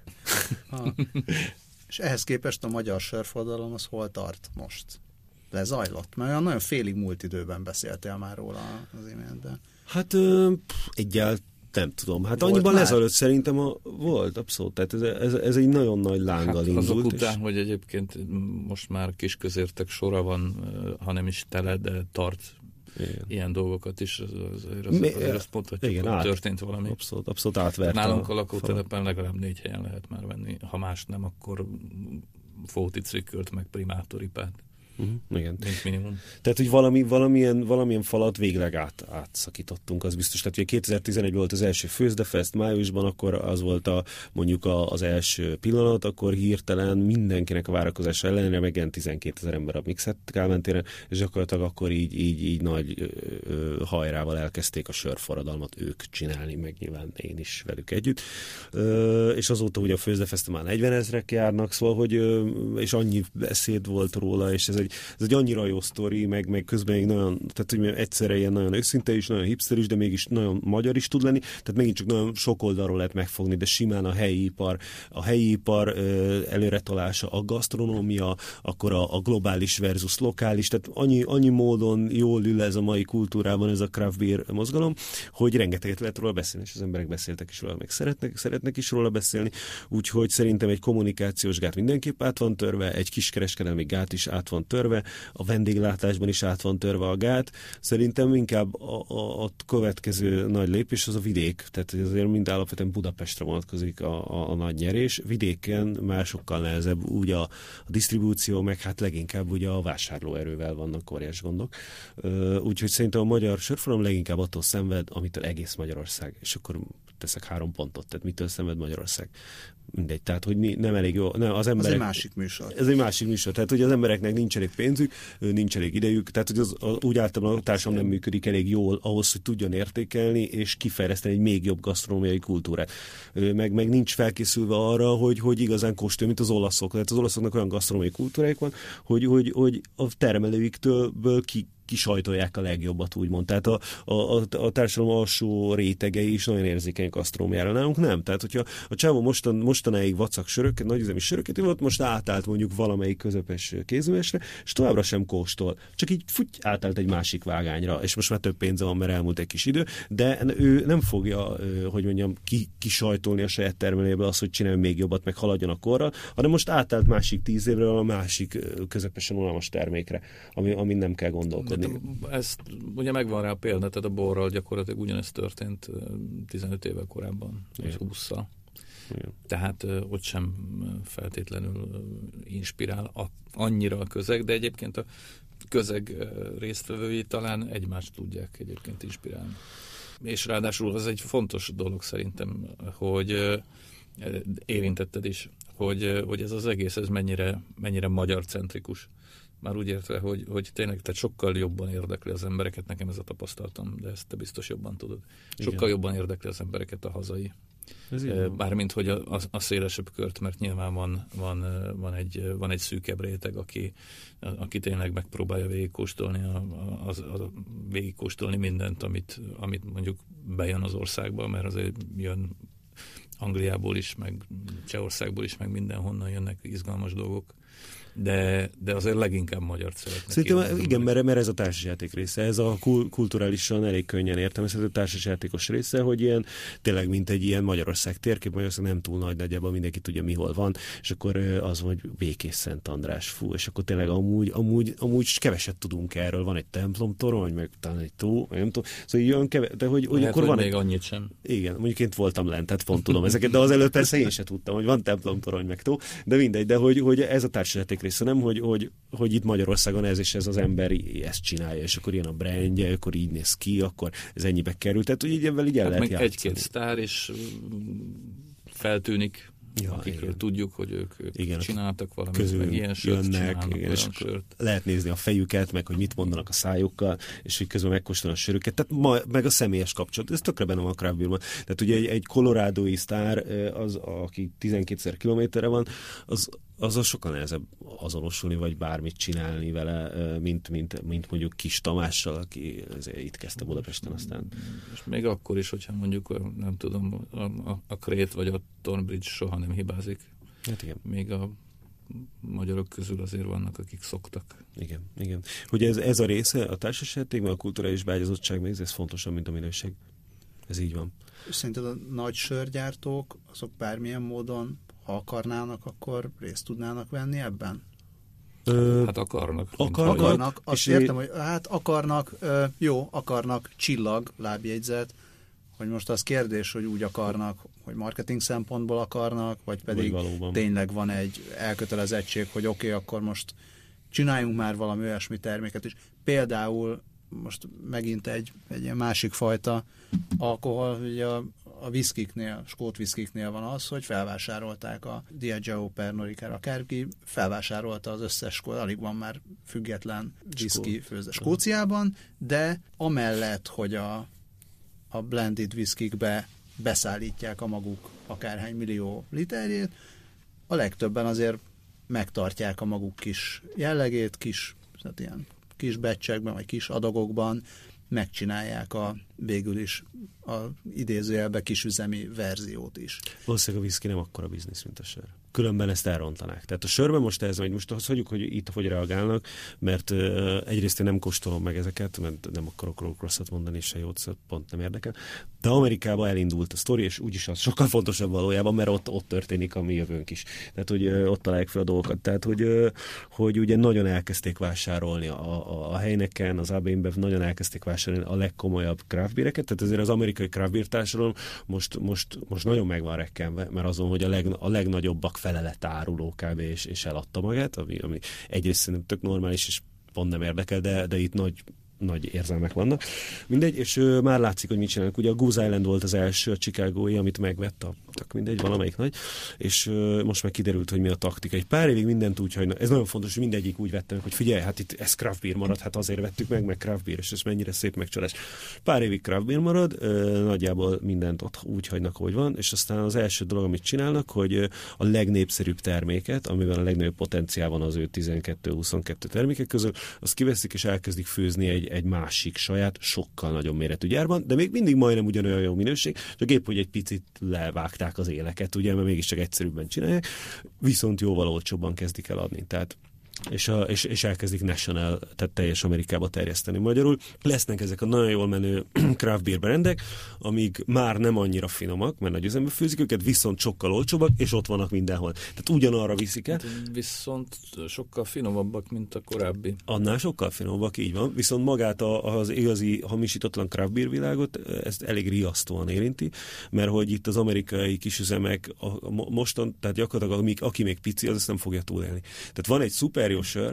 Ha. És ehhez képest a magyar sörforradalom az hol tart most? Lezajlott? Mert olyan nagyon félig múlt időben beszéltél már róla az imént, de... Hát ö, egyáltalán nem tudom. Hát volt annyiban lezajlott szerintem a, volt, abszolút. Tehát ez, ez, ez egy nagyon nagy lánggal hát indult. Azok után, és... hogy egyébként most már kisközértek sora van, ha nem is tele, de tart igen. ilyen dolgokat is, azért, az, azért azt mondhatjuk, igen, hogy át, történt valami. Abszolút, abszolút átverte. Nálunk a lakótelepen legalább négy helyen lehet már venni. Ha más nem, akkor Fóti Cvikkölt, meg Primátoripát. Uh-huh, igen. Mint minimum. Tehát, hogy valami, valamilyen, valamilyen falat végleg át, átszakítottunk, az biztos. Tehát, ugye kétezer-tizenegy volt az első Főzdefest májusban, akkor az volt a, mondjuk a, az első pillanat, akkor hirtelen mindenkinek a várakozása ellenére megjelent tizenkétezer ember a Mixed Kálmán téren, és gyakorlatilag akkor így, így, így nagy ö, ö, hajrával elkezdték a sörforradalmat ők csinálni, meg nyilván én is velük együtt. Ö, és azóta ugye a Főzdefest már negyvenezrek járnak, szóval, hogy ö, és annyi beszéd volt róla, és ez egy Ez egy annyira jó sztori, meg, meg közben még nagyon, tehát hogy egyszerre ilyen nagyon őszinte is, nagyon hipster is, de mégis nagyon magyar is tud lenni, tehát megint csak nagyon sok oldalról lehet megfogni, de simán a helyi ipar, a helyi ipar ö, előretolása, a gasztronómia, akkor a, a globális versus lokális, tehát annyi, annyi módon jól ül ez a mai kultúrában ez a craft beer mozgalom, hogy rengeteget lehet róla beszélni, és az emberek beszéltek is róla, meg szeretnek, szeretnek is róla beszélni, úgyhogy szerintem egy kommunikációs gát mindenképp át van törve, egy kiskereskedelmi gát is át van törve, a vendéglátásban is át van törve a gát. Szerintem inkább a, a, a következő nagy lépés az a vidék. Tehát azért mind alapvetően Budapestre vonatkozik a, a, a nagy nyerés. Vidéken már sokkal nehezebb úgy a, a disztribúció, meg hát leginkább ugye a vásárlóerővel vannak óriás gondok. Úgyhogy szerintem a magyar sörforradalom leginkább attól szenved, amitől egész Magyarország. És akkor teszek három pontot. Tehát mitől szenved Magyarország? Mindegy, tehát, hogy nem elég jó. Nem, az emberek, ez egy másik műsor. Ez egy másik műsor. Tehát, hogy az embereknek nincs elég pénzük, nincs elég idejük, tehát, hogy az, úgy általában a társadalom nem működik elég jól ahhoz, hogy tudjon értékelni és kifejleszteni egy még jobb gasztronómiai kultúrát. Meg, meg nincs felkészülve arra, hogy, hogy igazán kóstolja, mint az olaszok. Tehát az olaszoknak olyan gasztronómiai kultúrájuk van, hogy, hogy, hogy a termelőiktől ki kisajtolják a legjobbat, úgymond. Tehát a, a, a társadalom alsó rétegei is nagyon érzékeny gasztronómiára. Nálunk nem. Tehát, hogyha a csávó mostan, mostanáig vacak söröket, nagyüzemi söröket volt, most átállt mondjuk valamelyik közepes kézművesre, és továbbra sem kóstol. Csak így futy, átállt egy másik vágányra, és most már több pénze van, mert elmúlt egy kis idő, de ő nem fogja, hogy mondjam, ki, kisajtolni a saját termelőjéből azt, hogy csináljon még jobbat, meg haladjon a korral, hanem most átállt másik tíz évre a másik közepesen unalmas termékre, ami, amin nem kell gondolkodni. Ezt ugye megvan rá a példa, tehát a borral gyakorlatilag ugyanezt történt tizenöt évvel korábban, vagy hússzal. Igen. Tehát ott sem feltétlenül inspirál a, annyira a közeg, de egyébként a közeg résztvevői talán egymást tudják egyébként inspirálni. És ráadásul az egy fontos dolog szerintem, hogy érintetted is, hogy, hogy ez az egész ez mennyire, mennyire magyar-centrikus. Már úgy értve, hogy, hogy tényleg tehát sokkal jobban érdekli az embereket, nekem ez a tapasztalatom, de ezt te biztos jobban tudod. Sokkal Igen. jobban érdekli az embereket a hazai Bármint, hogy a, a, a szélesebb kört, mert nyilván van, van, van, egy, van egy szűkebb réteg, aki, aki tényleg megpróbálja végigkóstolni, a, a, a, a, végigkóstolni mindent, amit, amit mondjuk bejön az országba, mert azért jön Angliából is, meg Csehországból is, meg mindenhonnan jönnek izgalmas dolgok. De, de azért leginkább magyart szeretnek. Szerintem igen, mert, mert ez a társasjáték része, ez a kulturálisan elég könnyen értelmezhető társasjátékos része, hogy ilyen, tényleg mint egy ilyen Magyarország térkép, Magyarország nem túl nagy nagyjából, mindenki tudja, mi hol van, és akkor az, hogy Békés Szent András, fú, és akkor tényleg amúgy, amúgy, amúgy keveset tudunk erről, van egy templomtorony, meg talán egy tó, nem tudom, szóval így olyan keve, de hogy, hogy lehet, akkor hogy van még egy... annyit sem. Igen, mondjuk én voltam lent, tehát pont tudom ezeket, de az előtt persze én sem tudtam, hogy van templomtorony, meg tó, de mindegy, de hogy, hogy ez a társasjáték része, nem, hogy, hogy, hogy itt Magyarországon ez és ez az ember ezt csinálja, és akkor ilyen a brandje, akkor így néz ki, akkor ez ennyibe kerül, tehát hogy így ebben így el hát lehet játszani. Egy-két sztár is feltűnik, ja, akikről igen. tudjuk, hogy ők, ők igen, csináltak valamit, meg ilyen sört jönnek, igen, és sört. Lehet nézni a fejüket, meg hogy mit mondanak a szájukkal, és hogy közben megkóstolni a sörüket, tehát ma, meg a személyes kapcsolat, ez tökre benne van a craft beerben. Tehát ugye egy, egy kolorádói sztár, az, aki tizenkétszer kilométerre van, az azzal sokkal nehezebb azonosulni, vagy bármit csinálni vele, mint, mint, mint mondjuk Kis Tamással, aki itt kezdte Budapesten aztán. És még akkor is, hogyha mondjuk, nem tudom, a, a, a Crate vagy a Thornbridge soha nem hibázik. Hát igen. Még a magyarok közül azért vannak, akik szoktak. Igen, igen. Hogy ez, ez a része, a társasjátékban, a kulturális beágyazottság, még ez fontosabb, mint a minőség. Ez így van. Szerinted a nagy sörgyártók, azok bármilyen módon, ha akarnának, akkor részt tudnának venni ebben? Ö, hát akarnak. Akarnak. akarnak azt értem, hogy hát akarnak, ö, jó, akarnak, csillag, lábjegyzet, hogy most az kérdés, hogy úgy akarnak, hogy marketing szempontból akarnak, vagy pedig vagy tényleg van egy elkötelezettség, hogy oké, okay, akkor most csináljunk már valami olyasmi terméket is. Például most megint egy, egy ilyen másik fajta alkohol, ugye a, a viszkiknél, skót viszkiknél van az, hogy felvásárolták a Diageo Pernod Ricard, akárki felvásárolta az összes skót, alig van már független viszki főzde Skóciában, de amellett, hogy a, a blended viszkikbe beszállítják a maguk akárhány millió literjét, a legtöbben azért megtartják a maguk kis jellegét, kis, tehát ilyen kis becsekben, vagy kis adagokban megcsinálják a végül is a idézőjelbe kisüzemi verziót is. Valószínűleg a viszki nem akkora biznisz, mint a sör. Különben ezt elrontanák. Tehát a sörben most ez megy, most azt hagyjuk, hogy itt hogy reagálnak, mert uh, egyrészt én nem kóstolom meg ezeket, mert nem akarok rosszat mondani, se jót, szóval pont nem érdekel. De Amerikában elindult a sztori, és úgyis az sokkal fontosabb valójában, mert ott, ott történik a mi jövőnk is. Tehát, hogy uh, ott találják fel a dolgokat. Tehát, hogy, uh, hogy ugye nagyon elkezdték vásárolni a, a, a Heineken, az á bé InBev nagyon elkezdték vásárolni a legkomolyabb craft beereket, tehát azért az amerikai craft beer társadalom most, most, most nagyon meg van rekkenve, mert azon, hogy a, leg, a legnagyobbak fele lett áruló kb. És, és eladta magát, ami, ami egyrészt szerintem tök normális, és pont nem érdekel, de, de itt nagy nagy érzelmek vannak. Mindegy, és ö, már látszik, hogy mit csinálnak. Ugye a Goose Island volt az első, a chicagói, amit megvett a, tök mindegy, valamelyik nagy, és ö, most már kiderült, hogy mi a taktika. Egy pár évig mindent úgy, hogy ez nagyon fontos, hogy mindegyik úgy vette meg, hogy figyelj, hát itt ez craft beer marad, hát azért vettük meg, meg craft beer, és ez mennyire szép megcsalás. Pár évig craft beer marad, ö, nagyjából mindent ott úgy hagynak, ahogy van, és aztán az első dolog, amit csinálnak, hogy ö, a legnépszerűbb terméket, amiben a legnagyobb potenciál van az ő tizenkettő-huszonkettő termékek közül, azt kiveszik és elkezdik főzni egy egy másik saját, sokkal nagyobb méretű gyárban, de még mindig majdnem ugyanolyan jó minőség, csak épp, hogy egy picit levágták az éleket, ugye, mert mégiscsak egyszerűbben csinálják, viszont jóval olcsóbban kezdik el adni. Tehát És, a, és, és elkezdik national, tehát teljes Amerikába terjeszteni magyarul. Lesznek ezek a nagyon jól menő craft beer brandek, amíg már nem annyira finomak, mert nagy üzembe főzik őket, viszont sokkal olcsóbbak, és ott vannak mindenhol. Tehát ugyanarra viszik el. Viszont sokkal finomabbak, mint a korábbi. Annál sokkal finomabbak, így van. Viszont magát a, az igazi hamisítatlan craft beer világot, ezt elég riasztóan érinti, mert hogy itt az amerikai kisüzemek a, a mostan, tehát gyakorlatilag amíg, aki még pici, az ezt nem fogja túlélni. Tehát van egy szuper jó sör,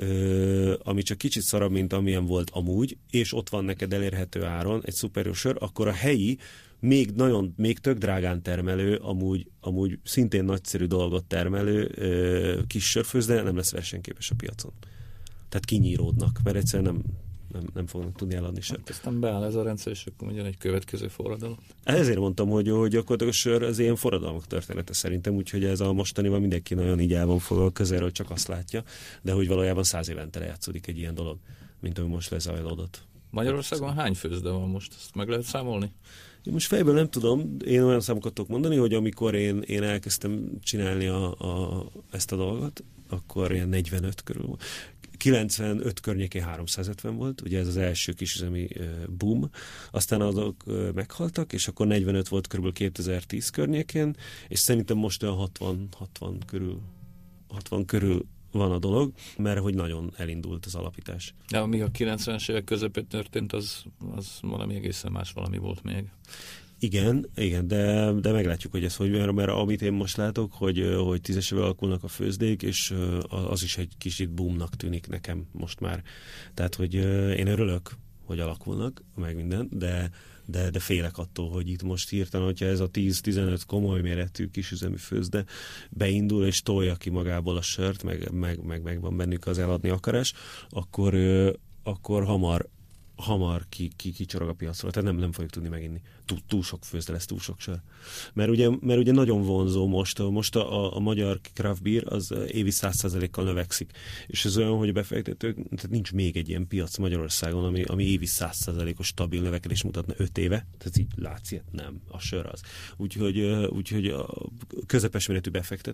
ö, ami csak kicsit szarabb, mint amilyen volt amúgy, és ott van neked elérhető áron egy szuper jó sör, akkor a helyi, még nagyon, még tök drágán termelő, amúgy, amúgy szintén nagyszerű dolgot termelő ö, kis sörfőzde nem lesz versenyképes a piacon. Tehát kinyíródnak, mert egyszerűen nem, nem, nem fognak tudni eladni sört. Hát aztán beáll ez a rendszer, és akkor mondjon egy következő forradalom. Ezért mondtam, hogy, hogy gyakorlatilag a sör az ilyen forradalmak története szerintem, úgyhogy ez a mostaniban mindenki nagyon így el van fogva közelről, csak azt látja, de hogy valójában száz évente lejátszódik egy ilyen dolog, mint ami most lezajlódott. Magyarországon hány főzde van most? Ezt meg lehet számolni? Én most fejből nem tudom, én olyan számokat tudok mondani, hogy amikor én, én elkezdtem csinálni a, a, ezt a dolgot, akkor ilyen negyvenöt körül. kilencvenöt környékén háromszázötven volt, ugye ez az első kisüzemi uh, boom, aztán azok uh, meghaltak, és akkor negyvenöt volt körülbelül kétezer-tíz környékén, és szerintem most olyan hatvan, hatvan körül, hatvan körül van a dolog, mert hogy nagyon elindult az alapítás. De amíg a kilencvenes évek közepén történt, az, az valami egészen más valami volt még. Igen, igen, de, de meglátjuk, hogy ez hogy, mert, mert amit én most látok, hogy, hogy tízesével alakulnak a főzdék, és az is egy kicsit boomnak tűnik nekem most már. Tehát, hogy én örülök, hogy alakulnak, meg minden, de, de, de félek attól, hogy itt most hirtelen, hogyha ez a tíz-tizenöt komoly méretű kisüzemi főzde beindul, és tolja ki magából a sört, meg, meg, meg, meg van bennük az eladni akarás, akkor, akkor hamar hamar ki, ki, kicsorog a piacról, tehát nem, nem fogjuk tudni meginni. Túl, túl sok főzde lesz, túl sok sör. Mert ugye, mert ugye nagyon vonzó most, most a, a, a magyar craft beer az évi száz százalékkal növekszik. És ez olyan, hogy a befektetők, tehát nincs még egy ilyen piac Magyarországon, ami, ami évi száz százalékos stabil növekedés mutatna öt éve. Tehát így látszik, nem, a sör az. Úgyhogy, úgyhogy a közepes méretű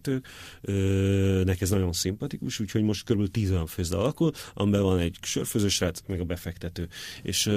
befektetőknek ez nagyon szimpatikus, úgyhogy most kb. tíz olyan főzde alakul, amiben van egy sörfőzősrác, meg a befektető. És,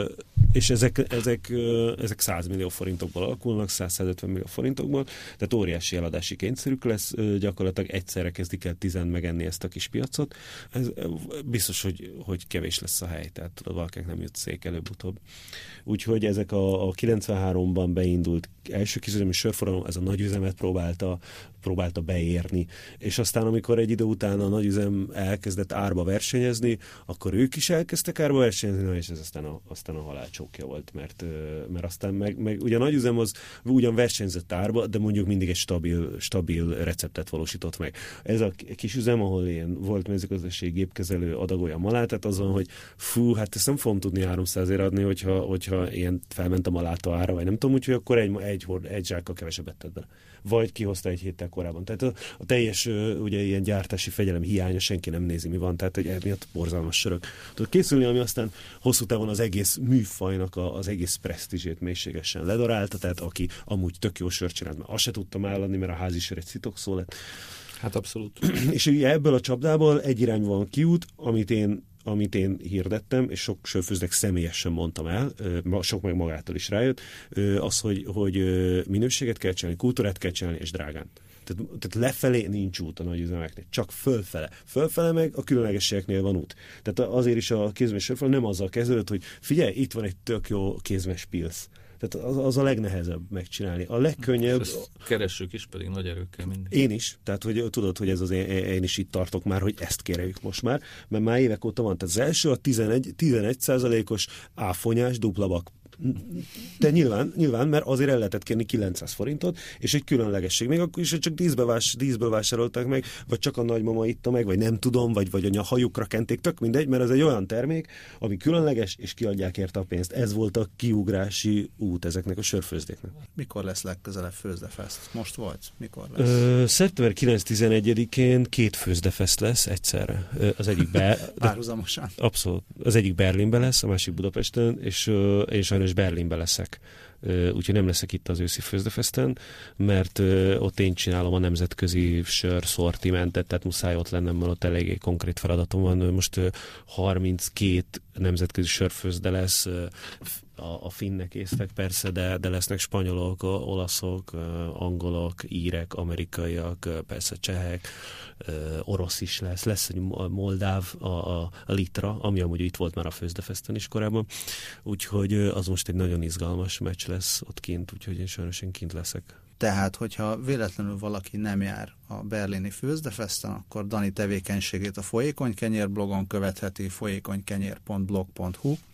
és ezek, ezek, ezek száz millió forintokból alakulnak, száz-százötven millió forintokból, tehát óriási eladási kényszerük lesz, gyakorlatilag egyszerre kezdik el tizen megenni ezt a kis piacot. Ez biztos, hogy, hogy kevés lesz a hely, tehát tudod, valakinek nem jut szék előbb-utóbb. Úgyhogy ezek a, a kilencvenháromban beindult első kisüzemi sörforradalom, ez a nagyüzemet próbálta, próbálta beérni, és aztán amikor egy idő után a nagyüzem elkezdett árba versenyezni, akkor ők is elkezdtek árba versenyezni, és ez aztán a, aztán a halálcsókja volt, mert, mert aztán meg, meg ugye a nagyüzem az ugyan versenyzett árba, de mondjuk mindig egy stabil, stabil receptet valósított meg. Ez a kisüzem, ahol ilyen volt mezőgazdasági gépkezelő adagolja malátát, az van, hogy fú, hát ezt nem fogom tudni háromszázért adni, hogyha, hogyha ilyen felment a maláta ára, vagy nem tudom, úgyhogy akkor egy, egy, egy zsákkal kevesebbet tett bele. Vagy kihozta egy héttel korábban. Tehát a, a teljes ugye ilyen gyártási fegyelem hiánya, senki nem nézi, mi van, tehát hogy emiatt borzalmas sörök. Tudod készülni, ami aztán hosszú távon az egész műfajnak a, az egész presztízsét mélységesen ledarálta, tehát aki amúgy tök jó sört csinált, mert azt se tudtam álladni, mert a házi sör egy szitokszó lett. Hát abszolút. És ugye ebből a csapdából egy irányban van kiút, amit én amit én hirdettem, és sok sörfőzdek személyesen mondtam el, sok meg magától is rájött, az, hogy, hogy minőséget kell csinálni, kultúrát kell csinálni, és drágán. Tehát, tehát lefelé nincs út a nagyüzemeknél, csak fölfele. Fölfele meg a különlegességeknél van út. Tehát azért is a kézmes sörfőző nem azzal kezdődött, hogy figyelj, itt van egy tök jó kézmes pilsz. Tehát az, az a legnehezebb megcsinálni. A legkönnyebb... Ezt keressük is, pedig nagy erőkkel mindig. Én is. Tehát, hogy tudod, hogy ez az én, én is itt tartok már, hogy ezt kérjük most már, mert már évek óta van. Tehát az első a tizenegy százalékos áfonyás dupla bak. De nyilván, nyilván, mert azért el lehetett kérni kilencszáz forintot, és egy különlegesség. Még akkor is, hogy csak díszből, vás, díszből vásárolták meg, vagy csak a nagymama itta meg, vagy nem tudom, vagy, vagy a hajukra kenték, tök mindegy, mert ez egy olyan termék, ami különleges, és kiadják érte a pénzt. Ez volt a kiugrási út ezeknek a sörfőzdéknek. Mikor lesz legközelebb Főzdefest? Most volt? Mikor lesz? Ö, szeptember kilenc-tizenegyedikén két Főzdefest lesz egyszerre. Az egyik be... Párhuzamosan? Abszolút. Az egyik Berlinben lesz, a másik Budapesten, és, és sajnos Berlinben leszek. Úgyhogy nem leszek itt az őszi Főzdefesten, mert ott én csinálom a nemzetközi sör szortimentet, tehát muszáj ott lennem, mert ott eléggé konkrét feladatom van. Most harminckét nemzetközi sörfőzde lesz, a, a finnek észtek persze, de, de lesznek spanyolok, olaszok, angolok, írek, amerikaiak, persze csehek, orosz is lesz, lesz egy moldáv, a, a, a Litra, ami amúgy itt volt már a Főzdefesten is korábban, úgyhogy az most egy nagyon izgalmas meccs lesz ott kint, úgyhogy én sajnos én kint leszek. Tehát, hogyha véletlenül valaki nem jár a berlini Főzdefesten, akkor Dani tevékenységét a Folyékony Kenyér blogon követheti, folyékonykenyér pont blog pont hu,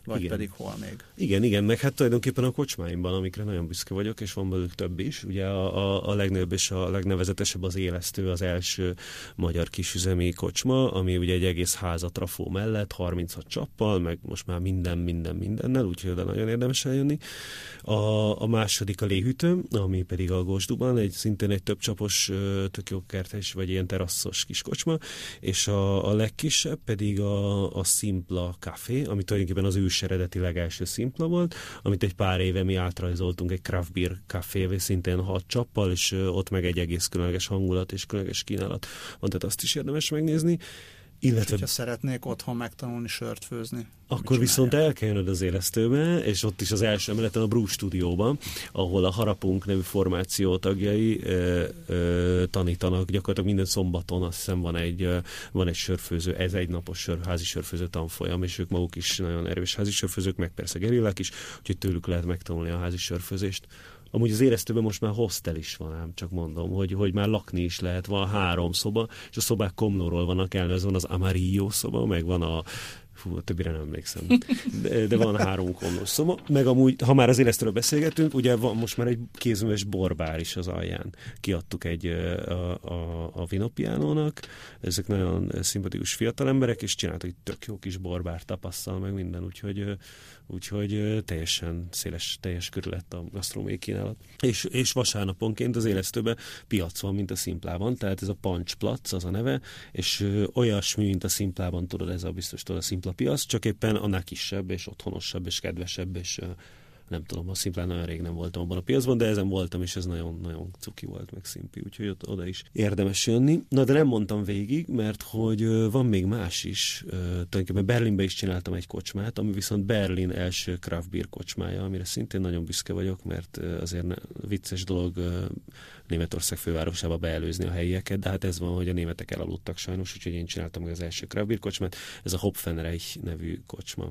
vagy igen. pedig hol még? Igen, igen, meg hát tulajdonképpen a kocsmáimban, amikre nagyon büszke vagyok, és van belőlük több is. Ugye a, a, a legnagyobb és a legnevezetesebb az Élesztő, az első magyar kisüzemi kocsma, ami ugye egy egész ház a trafó mellett, harminchat csappal, meg most már minden, minden, mindennel, úgyhogy oda nagyon érdemes eljönni. A, a második a Léhűtő, ami pedig a Gósduban, egy szintén egy több csapos, tök jó kertes, vagy ilyen terasszos kis kocsma, és a, a legkisebb pedig a, a Simpla Café, ami tulajdonképpen az ős eredetileg első Simpla volt, amit egy pár éve mi átrajzoltunk egy craft beer cafévé, szintén hat csappal, és ott meg egy egész különleges hangulat és különleges kínálat van, tehát azt is érdemes megnézni. Illetve... Ha szeretnék otthon megtanulni sört főzni, akkor viszont el kell jönnöd az Élesztőbe, és ott is az első emeleten a Brew stúdióban, ahol a Harapunk nevű formáció tagjai ö, ö, tanítanak gyakorlatilag minden szombaton, azt hiszem van egy, ö, van egy sörfőző, ez egy napos sör, házi sörfőző tanfolyam, és ők maguk is nagyon erős házi sörfőzők, meg persze gerillák is, úgyhogy tőlük lehet megtanulni a házi sörfőzést. Amúgy az Élesztőben most már hostel is van, ám csak mondom, hogy, hogy már lakni is lehet, van három szoba, és a szobák Komlóról vannak elnevezve, van az Amarillo szoba, meg van a Fú, a többire nem emlékszem. De, de van három komlós szoba. Meg amúgy, ha már az Élesztőről beszélgetünk, ugye van most már egy kézműves borbár is az alján. Kiadtuk egy a, a, a Vinopianónak. Ezek nagyon szimpatikus fiatal emberek, és csináltak egy tök jó kis borbár tapasszal, meg minden, úgyhogy, úgyhogy teljesen széles, teljes körül lett a gasztronómiai kínálat. És, és vasárnaponként az Élesztőben piac van, mint a Szimplában, tehát ez a Punchplatz az a neve, és olyasmi, mint a Szimplában, tudod, ez a biztos tudod, a Simpla piac, csak éppen annál kisebb, és otthonosabb, és kedvesebb, és uh, nem tudom, a Szimplán nagyon rég nem voltam abban a piacban, de ezen voltam, és ez nagyon-nagyon cuki volt, meg szimpi, úgyhogy ott, oda is érdemes jönni. Na, de nem mondtam végig, mert hogy uh, van még más is. Uh, tulajdonképpen Berlinben is csináltam egy kocsmát, ami viszont Berlin első craft beer kocsmája, amire szintén nagyon büszke vagyok, mert uh, azért ne, vicces dolog uh, Németország fővárosába beelőzni a helyieket, de hát ez van, hogy a németek elaludtak sajnos, úgyhogy én csináltam meg az első craft beer kocsmát. Ez a Hopfenreich nevű kocsma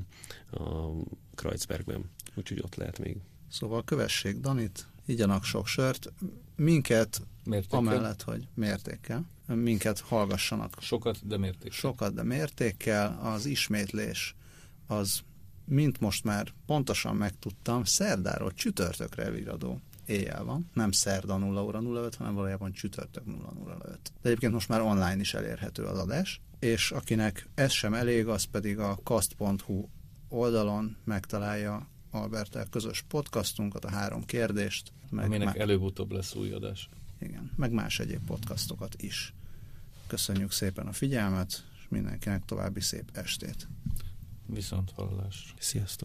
a Kreuzbergben, úgyhogy ott lehet még. Szóval kövessék Danit, igyanak sok sört, minket mértékkel. Amellett, hogy mértékkel, minket hallgassanak. Sokat, de mértékkel. Sokat, de mértékkel, az ismétlés az, mint most már pontosan megtudtam, szerdáról csütörtökre viradó éjjel van, nem szerda nulla óra nulla öt, hanem valójában csütörtök nulla nulla öt. De egyébként most már online is elérhető az adás, és akinek ez sem elég, az pedig a kast pont hu oldalon megtalálja Alberttel közös podcastunkat, a három kérdést. Meg aminek má... előbb-utóbb lesz új adás. Igen, meg más egyéb podcastokat is. Köszönjük szépen a figyelmet, és mindenkinek további szép estét. Viszont hallásra. Sziasztok!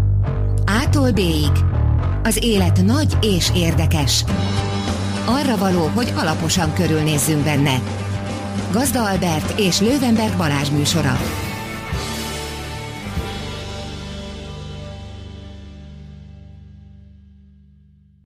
A-tól B-ig. Az élet nagy és érdekes. Arra való, hogy alaposan körülnézzünk benne. Gazda Albert és Löwenberg Balázs műsora.